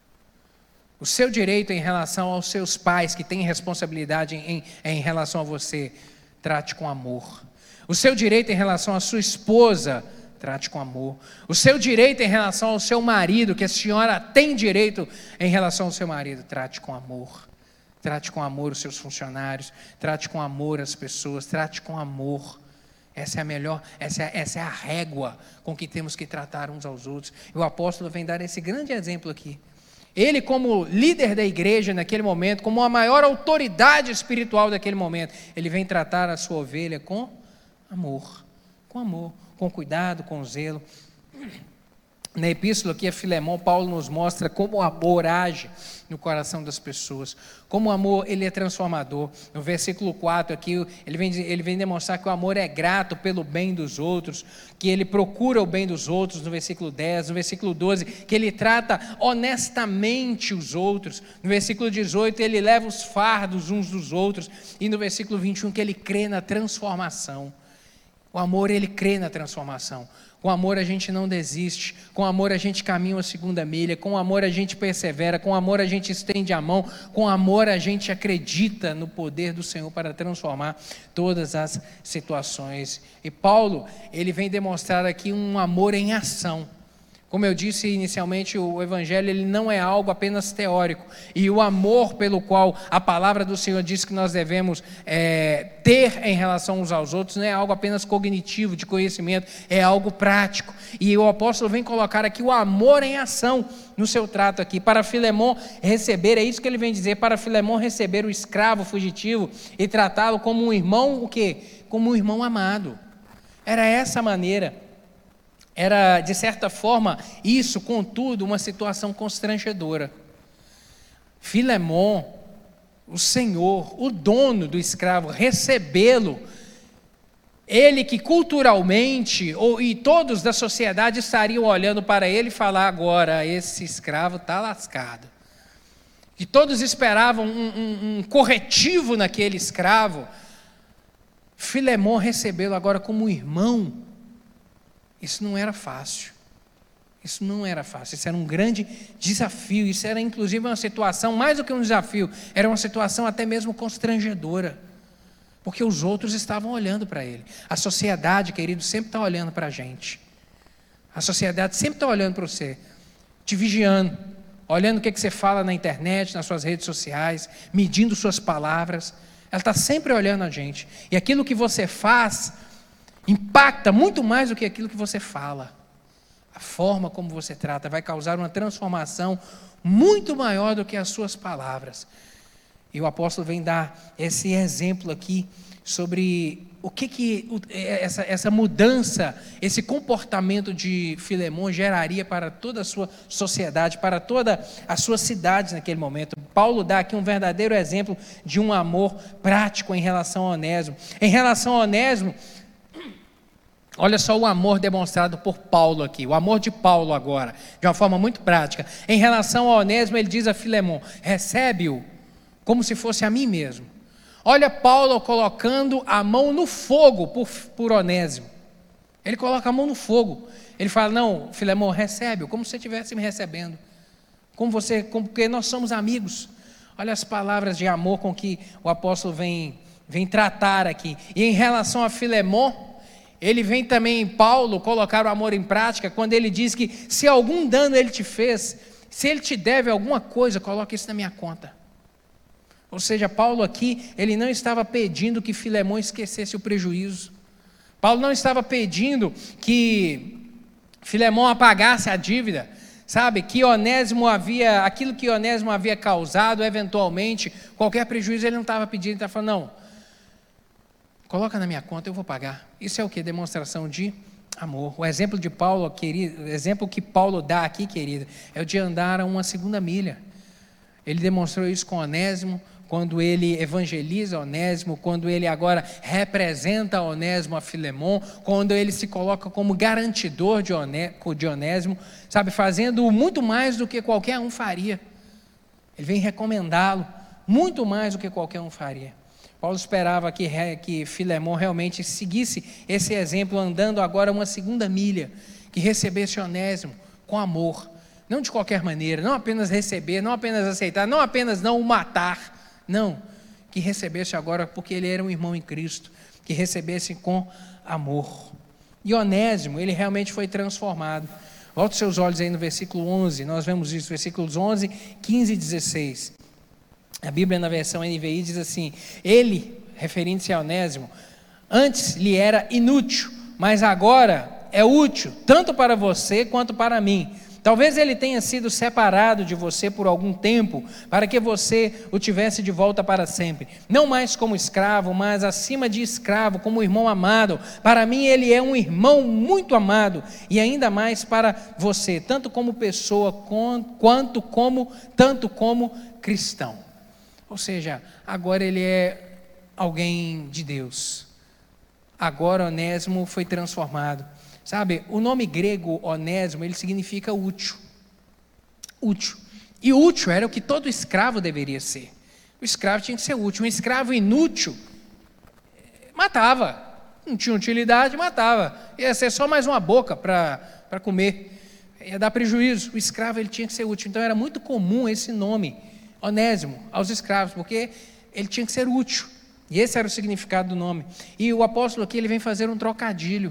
O seu direito em relação aos seus pais, que têm responsabilidade em relação a você, trate com amor. O seu direito em relação à sua esposa, trate com amor. O seu direito em relação ao seu marido, que a senhora tem direito em relação ao seu marido, trate com amor. Trate com amor os seus funcionários, trate com amor as pessoas, trate com amor. Essa é a melhor, essa é a régua com que temos que tratar uns aos outros. E o apóstolo vem dar esse grande exemplo aqui. Ele, como líder da igreja naquele momento, como a maior autoridade espiritual daquele momento, ele vem tratar a sua ovelha com amor, com cuidado, com zelo. Na epístola aqui a Filemon, Paulo nos mostra como o amor age no coração das pessoas, como o amor ele é transformador. No versículo 4 aqui, ele vem demonstrar que o amor é grato pelo bem dos outros, que ele procura o bem dos outros, no versículo 10, no versículo 12, que ele trata honestamente os outros, no versículo 18, ele leva os fardos uns dos outros, e no versículo 21, que ele crê na transformação. O amor, ele crê na transformação. Com amor a gente não desiste, com amor a gente caminha uma segunda milha, com amor a gente persevera, com amor a gente estende a mão, com amor a gente acredita no poder do Senhor para transformar todas as situações. E Paulo, ele vem demonstrar aqui um amor em ação. Como eu disse inicialmente, o Evangelho ele não é algo apenas teórico, e o amor pelo qual a palavra do Senhor diz que nós devemos ter em relação uns aos outros, não é algo apenas cognitivo, de conhecimento, é algo prático. E o apóstolo vem colocar aqui o amor em ação no seu trato aqui, para Filemon receber, é isso que ele vem dizer, para Filemon receber o escravo fugitivo e tratá-lo como um irmão, o quê? Como um irmão amado. Era essa a maneira. Era, de certa forma, isso, contudo, uma situação constrangedora. Filemon, o senhor, o dono do escravo, recebê-lo, ele que culturalmente, e todos da sociedade estariam olhando para ele e falar agora, esse escravo está lascado. E todos esperavam um corretivo naquele escravo. Filemon recebê-lo agora como irmão. Isso não era fácil, isso era um grande desafio, isso era inclusive uma situação, mais do que um desafio, era uma situação até mesmo constrangedora, porque os outros estavam olhando para ele. A sociedade, querido, sempre está olhando para a gente, a sociedade sempre está olhando para você, te vigiando, olhando o que você fala na internet, nas suas redes sociais, medindo suas palavras, ela está sempre olhando a gente, e aquilo que você faz impacta muito mais do que aquilo que você fala. A forma como você trata vai causar uma transformação muito maior do que as suas palavras. E o apóstolo vem dar esse exemplo aqui sobre o que essa mudança, esse comportamento de Filemon geraria para toda a sua sociedade, para toda a sua cidade naquele momento. Paulo dá aqui um verdadeiro exemplo de um amor prático em relação a Onésimo. Em relação a Onésimo, olha só o amor demonstrado por Paulo aqui, o amor de Paulo agora, de uma forma muito prática. Em relação a Onésimo, ele diz a Filemon, recebe-o como se fosse a mim mesmo. Olha Paulo colocando a mão no fogo por Onésimo. Ele coloca a mão no fogo. Ele fala, não, Filemon, recebe-o como se você estivesse me recebendo. Porque nós somos amigos. Olha as palavras de amor com que o apóstolo vem tratar aqui. E em relação a Filemon, ele vem também em Paulo colocar o amor em prática, quando ele diz que se algum dano ele te fez, se ele te deve alguma coisa, coloque isso na minha conta. Ou seja, Paulo aqui, ele não estava pedindo que Filemon esquecesse o prejuízo. Paulo não estava pedindo que Filemão apagasse a dívida, sabe, aquilo que Onésimo havia causado, eventualmente, qualquer prejuízo, ele não estava pedindo, ele estava falando, não, coloca na minha conta, eu vou pagar. Isso é o que? Demonstração de amor. O exemplo de Paulo, querido, o exemplo que Paulo dá aqui, querido, é o de andar a uma segunda milha. Ele demonstrou isso com Onésimo, quando ele evangeliza Onésimo, quando ele agora representa Onésimo a Filemão, quando ele se coloca como garantidor de Onésimo, sabe, fazendo muito mais do que qualquer um faria. Ele vem recomendá-lo, muito mais do que qualquer um faria. Paulo esperava que Filemão realmente seguisse esse exemplo, andando agora uma segunda milha, que recebesse Onésimo com amor, não de qualquer maneira, não apenas receber, não apenas aceitar, não apenas não o matar, não, que recebesse agora porque ele era um irmão em Cristo, que recebesse com amor. E Onésimo, ele realmente foi transformado. Volte os seus olhos aí no versículo 11, nós vemos isso, versículos 11, 15 e 16. A Bíblia na versão NVI diz assim: ele, referindo-se a Onésimo, antes lhe era inútil, mas agora é útil, tanto para você quanto para mim. Talvez ele tenha sido separado de você por algum tempo, para que você o tivesse de volta para sempre. Não mais como escravo, mas acima de escravo, como irmão amado. Para mim ele é um irmão muito amado, e ainda mais para você, tanto como pessoa, tanto como cristão. Ou seja, agora ele é alguém de Deus. Agora Onésimo foi transformado. Sabe, o nome grego Onésimo, ele significa útil. Útil. E útil era o que todo escravo deveria ser. O escravo tinha que ser útil. Um escravo inútil matava. Não tinha utilidade, matava. Ia ser só mais uma boca para comer. Ia dar prejuízo. O escravo, ele tinha que ser útil. Então era muito comum esse nome, Onésimo, aos escravos, porque ele tinha que ser útil. E esse era o significado do nome. E o apóstolo aqui, ele vem fazer um trocadilho.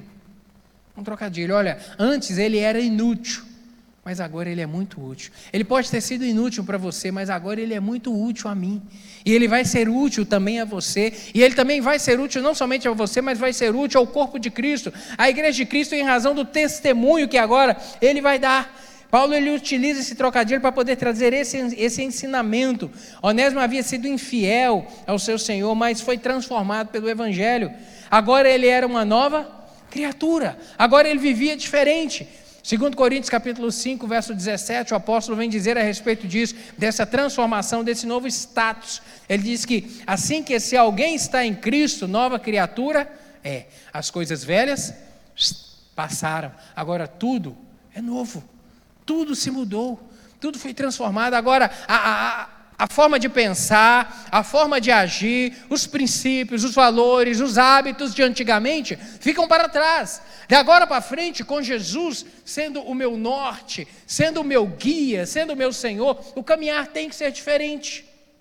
Olha, antes ele era inútil, mas agora ele é muito útil. Ele pode ter sido inútil para você, mas agora ele é muito útil a mim. E ele vai ser útil também a você. E ele também vai ser útil não somente a você, mas vai ser útil ao corpo de Cristo, à igreja de Cristo, em razão do testemunho que agora ele vai dar. Paulo, ele utiliza esse trocadilho para poder trazer esse ensinamento. Onésimo havia sido infiel ao seu Senhor, mas foi transformado pelo Evangelho. Agora ele era uma nova criatura, agora ele vivia diferente. 2 Coríntios capítulo 5, verso 17, o apóstolo vem dizer a respeito disso, dessa transformação, desse novo status. Ele diz que assim que se alguém está em Cristo, nova criatura é. As coisas velhas passaram, agora tudo é novo, tudo se mudou, tudo foi transformado. Agora a forma de pensar, a forma de agir, os princípios, os valores, os hábitos de antigamente ficam para trás. De agora para frente, com Jesus sendo o meu norte, sendo o meu guia, sendo o meu Senhor, o caminhar tem que ser diferente.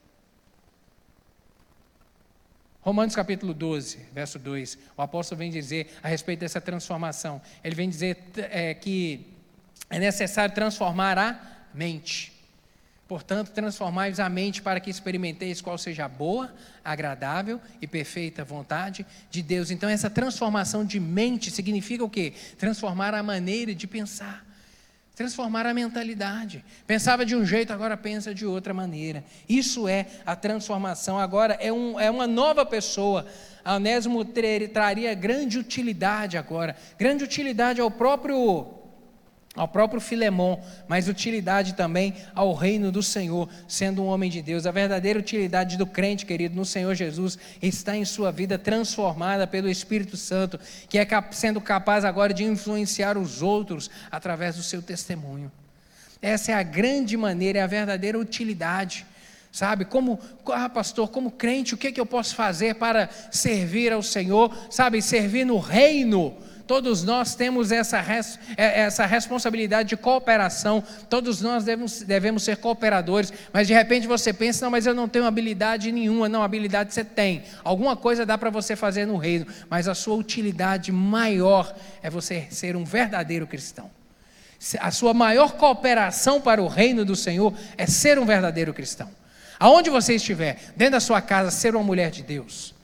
Romanos capítulo 12, verso 2, o apóstolo vem dizer a respeito dessa transformação. Ele vem dizer que é necessário transformar a mente. Portanto, transformai-vos a mente para que experimenteis qual seja a boa, agradável e perfeita vontade de Deus. Então, essa transformação de mente significa o quê? Transformar a maneira de pensar, transformar a mentalidade. Pensava de um jeito, agora pensa de outra maneira. Isso é a transformação. Agora é uma nova pessoa. Onésimo traria grande utilidade agora, grande utilidade ao próprio Filemão, mas utilidade também ao reino do Senhor, sendo um homem de Deus. A verdadeira utilidade do crente, querido, no Senhor Jesus, está em sua vida transformada pelo Espírito Santo, que é sendo capaz agora de influenciar os outros através do seu testemunho. Essa é a grande maneira, é a verdadeira utilidade. Sabe, pastor, como crente, o que eu posso fazer para servir ao Senhor? Sabe, servir no reino. Todos nós temos essa responsabilidade de cooperação, todos nós devemos ser cooperadores, mas de repente você pensa, não, mas eu não tenho habilidade nenhuma. Não, habilidade você tem, alguma coisa dá para você fazer no reino, mas a sua utilidade maior é você ser um verdadeiro cristão. A sua maior cooperação para o reino do Senhor é ser um verdadeiro cristão. Aonde você estiver, dentro da sua casa, ser uma mulher de Deus.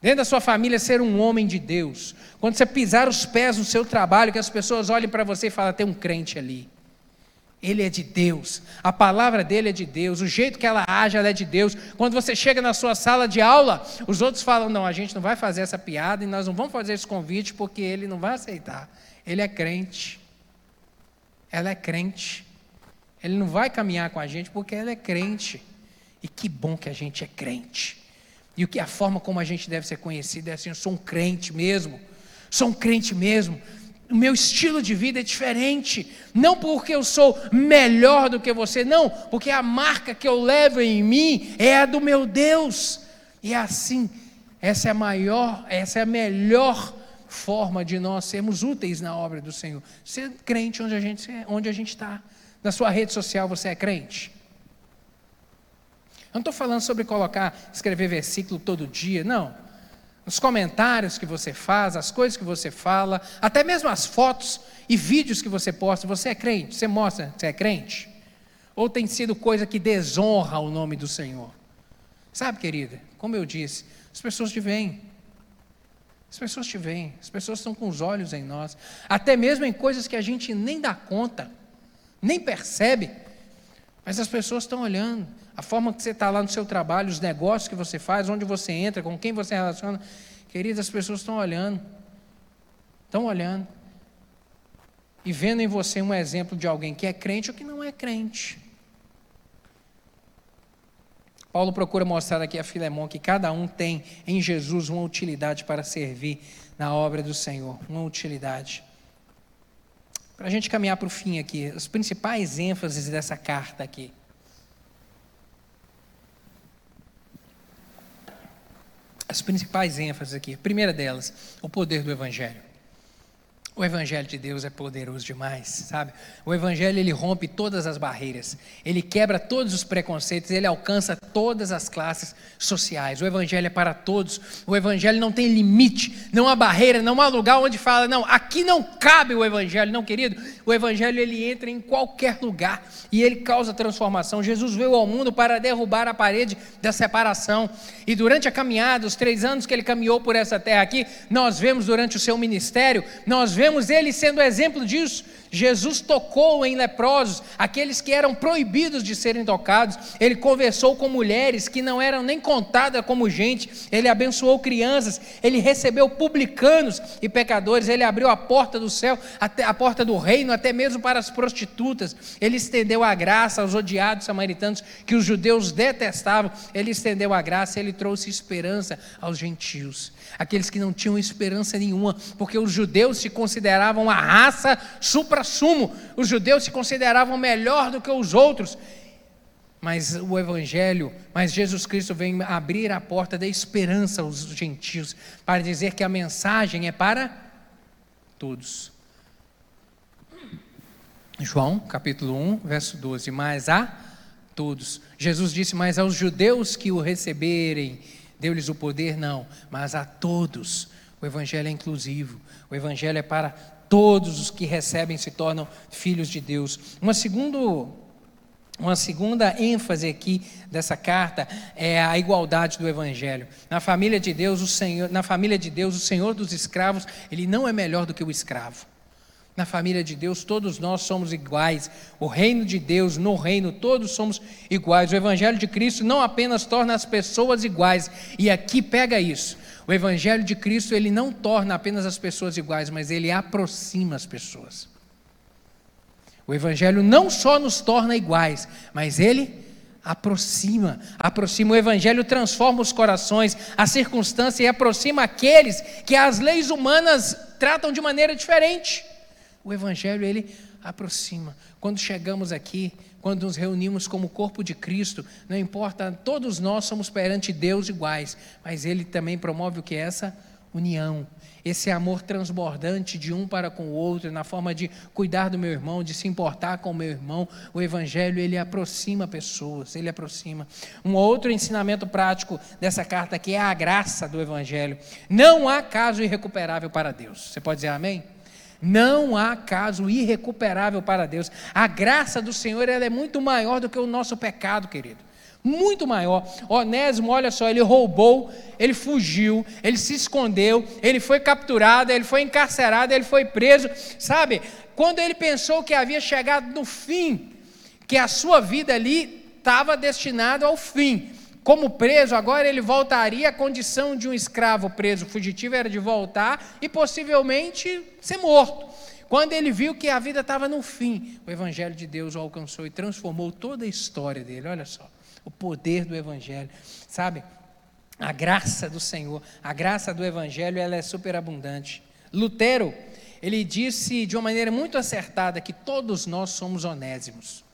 Dentro da sua família, ser um homem de Deus. Quando você pisar os pés no seu trabalho, que as pessoas olhem para você e falem, tem um crente ali. Ele é de Deus, a palavra dele é de Deus, o jeito que ela age, ela é de Deus. Quando você chega na sua sala de aula, os outros falam, não, a gente não vai fazer essa piada e nós não vamos fazer esse convite porque ele não vai aceitar. Ele é crente, ela é crente, ele não vai caminhar com a gente porque ela é crente. E que bom que a gente é crente. E a forma como a gente deve ser conhecido é assim, eu sou um crente mesmo, sou um crente mesmo. O meu estilo de vida é diferente, não porque eu sou melhor do que você, não, porque a marca que eu levo em mim é a do meu Deus, e é assim, essa é a melhor forma de nós sermos úteis na obra do Senhor, ser crente onde a gente está. Na sua rede social você é crente? Eu não estou falando sobre escrever versículo todo dia, não. Os comentários que você faz, as coisas que você fala, até mesmo as fotos e vídeos que você posta, você é crente? Você mostra que você é crente? Ou tem sido coisa que desonra o nome do Senhor? Sabe, querida, como eu disse, as pessoas te veem. As pessoas te veem, as pessoas estão com os olhos em nós, até mesmo em coisas que a gente nem dá conta, nem percebe, mas as pessoas estão olhando. A forma que você está lá no seu trabalho, os negócios que você faz, onde você entra, com quem você relaciona. Queridas, as pessoas estão olhando. Estão olhando. E vendo em você um exemplo de alguém que é crente ou que não é crente. Paulo procura mostrar aqui a Filemon que cada um tem em Jesus uma utilidade para servir na obra do Senhor. Uma utilidade. Para a gente caminhar para o fim aqui, as principais ênfases dessa carta aqui. As principais ênfases aqui. A primeira delas, o poder do Evangelho. O Evangelho de Deus é poderoso demais, sabe? O Evangelho, ele rompe todas as barreiras, ele quebra todos os preconceitos, ele alcança todas as classes sociais. O Evangelho é para todos, o Evangelho não tem limite, não há barreira, não há lugar onde fala, não, aqui não cabe o Evangelho, não, querido. O Evangelho, ele entra em qualquer lugar e ele causa transformação. Jesus veio ao mundo para derrubar a parede da separação, e durante a caminhada, os 3 anos que ele caminhou por essa terra aqui, nós vemos durante o seu ministério, nós vemos ele sendo exemplo disso. Jesus tocou em leprosos, aqueles que eram proibidos de serem tocados. Ele conversou com mulheres que não eram nem contadas como gente. Ele abençoou crianças, ele recebeu publicanos e pecadores. Ele abriu a porta do céu, até a porta do reino, até mesmo para as prostitutas. Ele estendeu a graça aos odiados samaritanos que os judeus detestavam. Ele estendeu a graça, ele trouxe esperança aos gentios, aqueles que não tinham esperança nenhuma, porque os judeus se consideravam a raça supra-sumo, os judeus se consideravam melhor do que os outros, mas o Evangelho, mas Jesus Cristo vem abrir a porta da esperança aos gentios, para dizer que a mensagem é para todos. João capítulo 1, verso 12, mas a todos, Jesus disse, mas aos judeus que o receberem, deu-lhes o poder, não, mas a todos. O Evangelho é inclusivo, o Evangelho é para todos os que recebem se tornam filhos de Deus. Uma segunda ênfase aqui dessa carta é a igualdade do Evangelho. Na família de Deus, o Senhor dos escravos, ele não é melhor do que o escravo. Na família de Deus, todos nós somos iguais. O reino de Deus, no reino, todos somos iguais. O Evangelho de Cristo não apenas torna as pessoas iguais, e aqui pega isso. O Evangelho de Cristo, ele não torna apenas as pessoas iguais, mas ele aproxima as pessoas. O Evangelho não só nos torna iguais, mas ele aproxima. O Evangelho transforma os corações, a circunstância, e aproxima aqueles que as leis humanas tratam de maneira diferente. O Evangelho, ele aproxima. Quando chegamos aqui, quando nos reunimos como corpo de Cristo, não importa, todos nós somos perante Deus iguais, mas ele também promove o que é essa união, esse amor transbordante de um para com o outro, na forma de cuidar do meu irmão, de se importar com o meu irmão. O Evangelho, ele aproxima pessoas, ele aproxima. Um outro ensinamento prático dessa carta aqui é a graça do Evangelho. Não há caso irrecuperável para Deus. Você pode dizer amém? Não há caso irrecuperável para Deus. A graça do Senhor, ela é muito maior do que o nosso pecado, querido. Muito maior. Onésimo, olha só, ele roubou, ele fugiu, ele se escondeu, ele foi capturado, ele foi encarcerado, ele foi preso. Sabe, quando ele pensou que havia chegado no fim, que a sua vida ali estava destinada ao fim, como preso, agora ele voltaria à condição de um escravo preso. O fugitivo era de voltar e possivelmente ser morto. Quando ele viu que a vida estava no fim, o Evangelho de Deus o alcançou e transformou toda a história dele. Olha só, o poder do Evangelho, sabe? A graça do Senhor, a graça do Evangelho, ela é superabundante. Lutero, ele disse de uma maneira muito acertada que todos nós somos onésimos.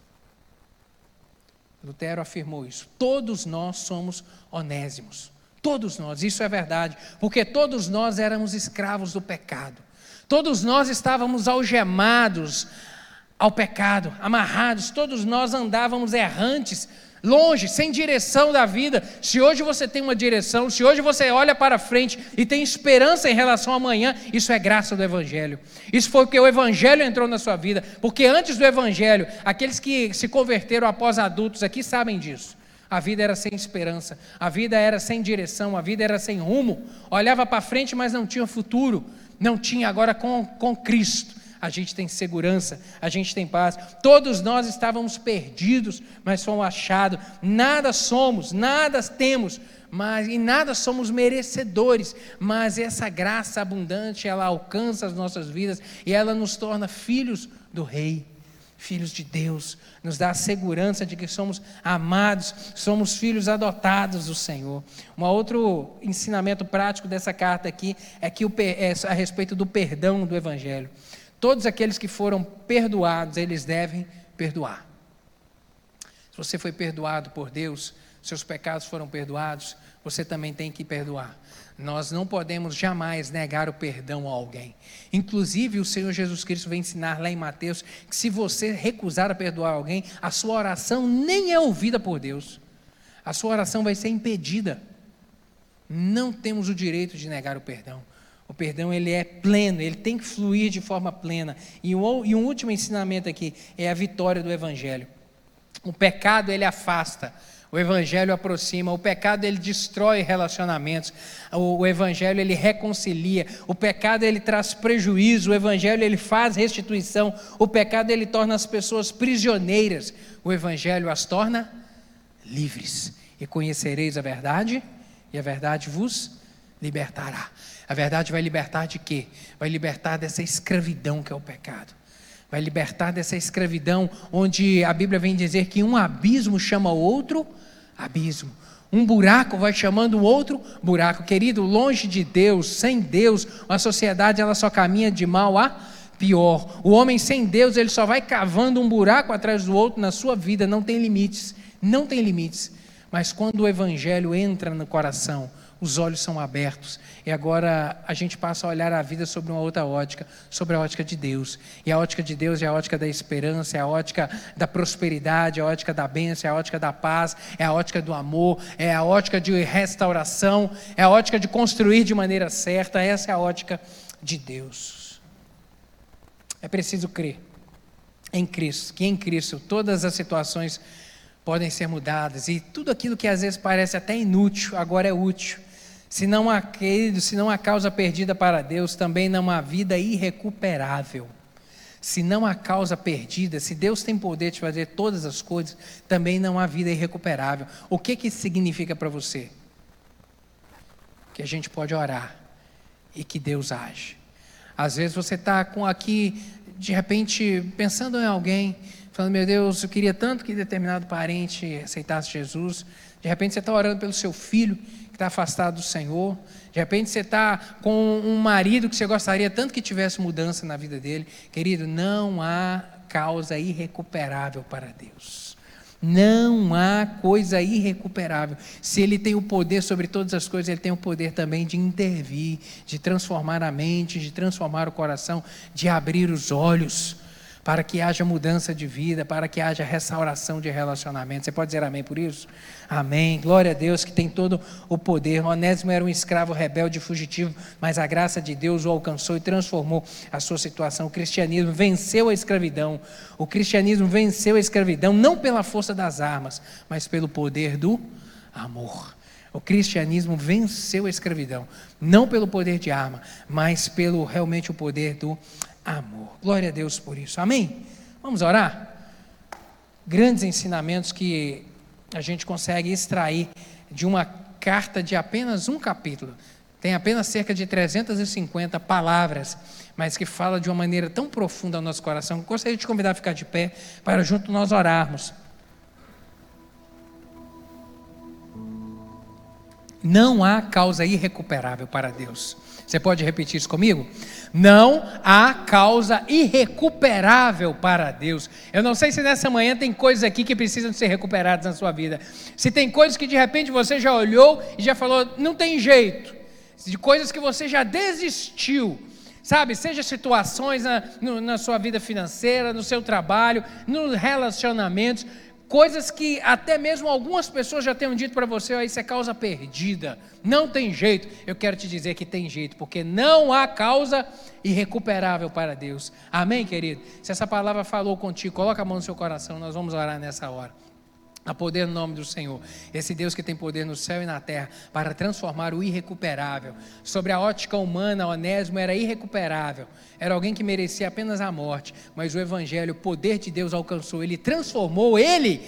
Lutero afirmou isso. Todos nós somos onésimos. Todos nós, isso é verdade, porque todos nós éramos escravos do pecado. Todos nós estávamos algemados ao pecado, amarrados. Todos nós andávamos errantes, longe, sem direção da vida. Se hoje você tem uma direção, se hoje você olha para frente e tem esperança em relação ao amanhã, isso é graça do Evangelho. Isso foi porque o Evangelho entrou na sua vida, porque antes do Evangelho, aqueles que se converteram após adultos aqui sabem disso. A vida era sem esperança, a vida era sem direção, a vida era sem rumo. Olhava para frente, mas não tinha futuro, não tinha. Agora com Cristo a gente tem segurança, a gente tem paz. Todos nós estávamos perdidos, mas fomos achados. Nada somos, nada temos, e nada somos merecedores, mas essa graça abundante, ela alcança as nossas vidas e ela nos torna filhos do Rei, filhos de Deus, nos dá a segurança de que somos amados, somos filhos adotados do Senhor. Um outro ensinamento prático dessa carta aqui é que é a respeito do perdão do Evangelho. Todos aqueles que foram perdoados, eles devem perdoar. Se você foi perdoado por Deus, seus pecados foram perdoados, você também tem que perdoar. Nós não podemos jamais negar o perdão a alguém. Inclusive, o Senhor Jesus Cristo vem ensinar lá em Mateus que se você recusar a perdoar alguém, a sua oração nem é ouvida por Deus. A sua oração vai ser impedida. Não temos o direito de negar o perdão. O perdão, ele é pleno, ele tem que fluir de forma plena. E um último ensinamento aqui é a vitória do Evangelho. O pecado, ele afasta, o Evangelho aproxima. O pecado, ele destrói relacionamentos. O Evangelho, ele reconcilia. O pecado, ele traz prejuízo. O Evangelho, ele faz restituição. O pecado, ele torna as pessoas prisioneiras. O Evangelho as torna livres. E conhecereis a verdade, e a verdade vos libertará. A verdade vai libertar de quê? Vai libertar dessa escravidão que é o pecado. Vai libertar dessa escravidão onde a Bíblia vem dizer que um abismo chama outro abismo. Um buraco vai chamando o outro buraco. Querido, longe de Deus, sem Deus, a sociedade ela só caminha de mal a pior. O homem sem Deus, ele só vai cavando um buraco atrás do outro na sua vida. Não tem limites, não tem limites. Mas quando o Evangelho entra no coração, os olhos são abertos e agora a gente passa a olhar a vida sobre uma outra ótica, sobre a ótica de Deus. E a ótica de Deus é a ótica da esperança, é a ótica da prosperidade, é a ótica da bênção, é a ótica da paz, é a ótica do amor, é a ótica de restauração, é a ótica de construir de maneira certa. Essa é a ótica de Deus. É preciso crer em Cristo, que em Cristo todas as situações podem ser mudadas e tudo aquilo que às vezes parece até inútil, agora é útil. Se não há causa perdida para Deus, também não há vida irrecuperável. Se não há causa perdida, se Deus tem poder de fazer todas as coisas, também não há vida irrecuperável. O que isso significa para você? Que a gente pode orar e que Deus age. Às vezes você está aqui, de repente, pensando em alguém, falando, meu Deus, eu queria tanto que determinado parente aceitasse Jesus. De repente você está orando pelo seu filho, que está afastado do Senhor. De repente você está com um marido que você gostaria tanto que tivesse mudança na vida dele. Querido, não há causa irrecuperável para Deus. Não há coisa irrecuperável. Se Ele tem o poder sobre todas as coisas, Ele tem o poder também de intervir, de transformar a mente, de transformar o coração, de abrir os olhos. para que haja mudança de vida, para que haja restauração de relacionamento. Você pode dizer amém por isso? Amém. Glória a Deus que tem todo o poder. Onésimo era um escravo rebelde e fugitivo, mas a graça de Deus o alcançou e transformou a sua situação. O cristianismo venceu a escravidão. O cristianismo venceu a escravidão não pela força das armas, mas pelo poder do amor. O cristianismo venceu a escravidão, não pelo poder de arma, mas pelo realmente o poder do amor. Glória a Deus por isso. Amém? Vamos orar? Grandes ensinamentos que a gente consegue extrair de uma carta de apenas um capítulo. Tem apenas cerca de 350 palavras, mas que fala de uma maneira tão profunda ao nosso coração. Gostaria de te convidar a ficar de pé para junto nós orarmos. Não há causa irrecuperável para Deus. Você pode repetir isso comigo? Não há causa irrecuperável para Deus. Eu não sei se nessa manhã tem coisas aqui que precisam ser recuperadas na sua vida. Se tem coisas que de repente você já olhou e já falou, não tem jeito. De coisas que você já desistiu. Sabe, seja situações na sua vida financeira, no seu trabalho, nos relacionamentos. Coisas que até mesmo algumas pessoas já tenham dito para você, oh, isso é causa perdida, não tem jeito. Eu quero te dizer que tem jeito, porque não há causa irrecuperável para Deus. Amém, querido? Se essa palavra falou contigo, coloca a mão no seu coração, nós vamos orar nessa hora. A poder no nome do Senhor, esse Deus que tem poder no céu e na terra para transformar o irrecuperável. Sobre a ótica humana, Onésimo era irrecuperável, era alguém que merecia apenas a morte, mas o Evangelho, o poder de Deus alcançou ele, transformou ele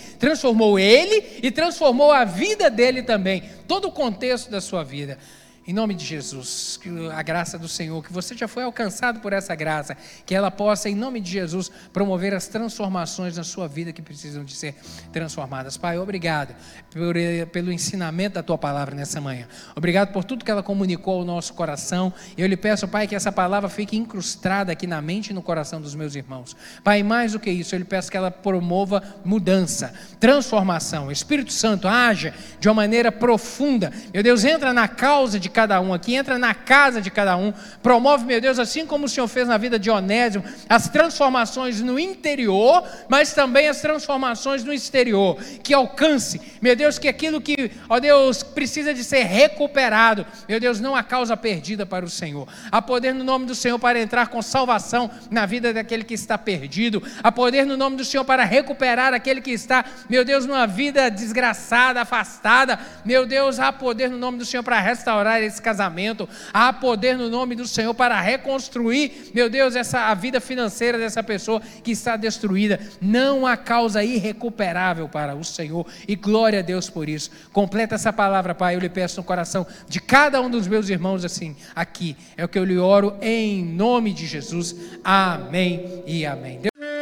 e transformou a vida dele também, todo o contexto da sua vida. Em nome de Jesus, que a graça do Senhor, que você já foi alcançado por essa graça, que ela possa, em nome de Jesus, promover as transformações na sua vida que precisam de ser transformadas. Pai, obrigado pelo ensinamento da Tua palavra nessa manhã. Obrigado por tudo que ela comunicou ao nosso coração. Eu lhe peço, Pai, que essa palavra fique incrustada aqui na mente e no coração dos meus irmãos. Pai, mais do que isso, eu lhe peço que ela promova mudança, transformação. O Espírito Santo haja de uma maneira profunda. Meu Deus, entra na causa de cada um aqui, entra na casa de cada um, promove, meu Deus, assim como o Senhor fez na vida de Onésimo, as transformações no interior, mas também as transformações no exterior, que alcance, meu Deus, que aquilo que, ó Deus, precisa de ser recuperado, meu Deus, não há causa perdida para o Senhor, há poder no nome do Senhor para entrar com salvação na vida daquele que está perdido, há poder no nome do Senhor para recuperar aquele que está, meu Deus, numa vida desgraçada, afastada, meu Deus, há poder no nome do Senhor para restaurar esse casamento, há poder no nome do Senhor para reconstruir, meu Deus, a vida financeira dessa pessoa que está destruída. Não há causa irrecuperável para o Senhor, e glória a Deus por isso. Completa essa palavra, Pai, eu lhe peço no coração de cada um dos meus irmãos assim, aqui, é o que eu lhe oro em nome de Jesus, amém e amém.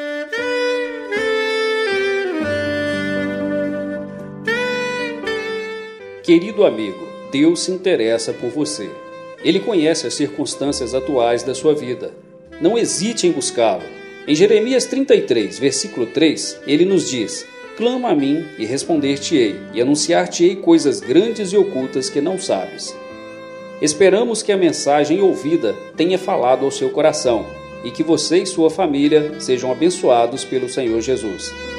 Querido amigo, Deus se interessa por você. Ele conhece as circunstâncias atuais da sua vida. Não hesite em buscá-lo. Em Jeremias 33, versículo 3, ele nos diz: clama a mim e responder-te-ei, e anunciar-te-ei coisas grandes e ocultas que não sabes. Esperamos que a mensagem ouvida tenha falado ao seu coração e que você e sua família sejam abençoados pelo Senhor Jesus.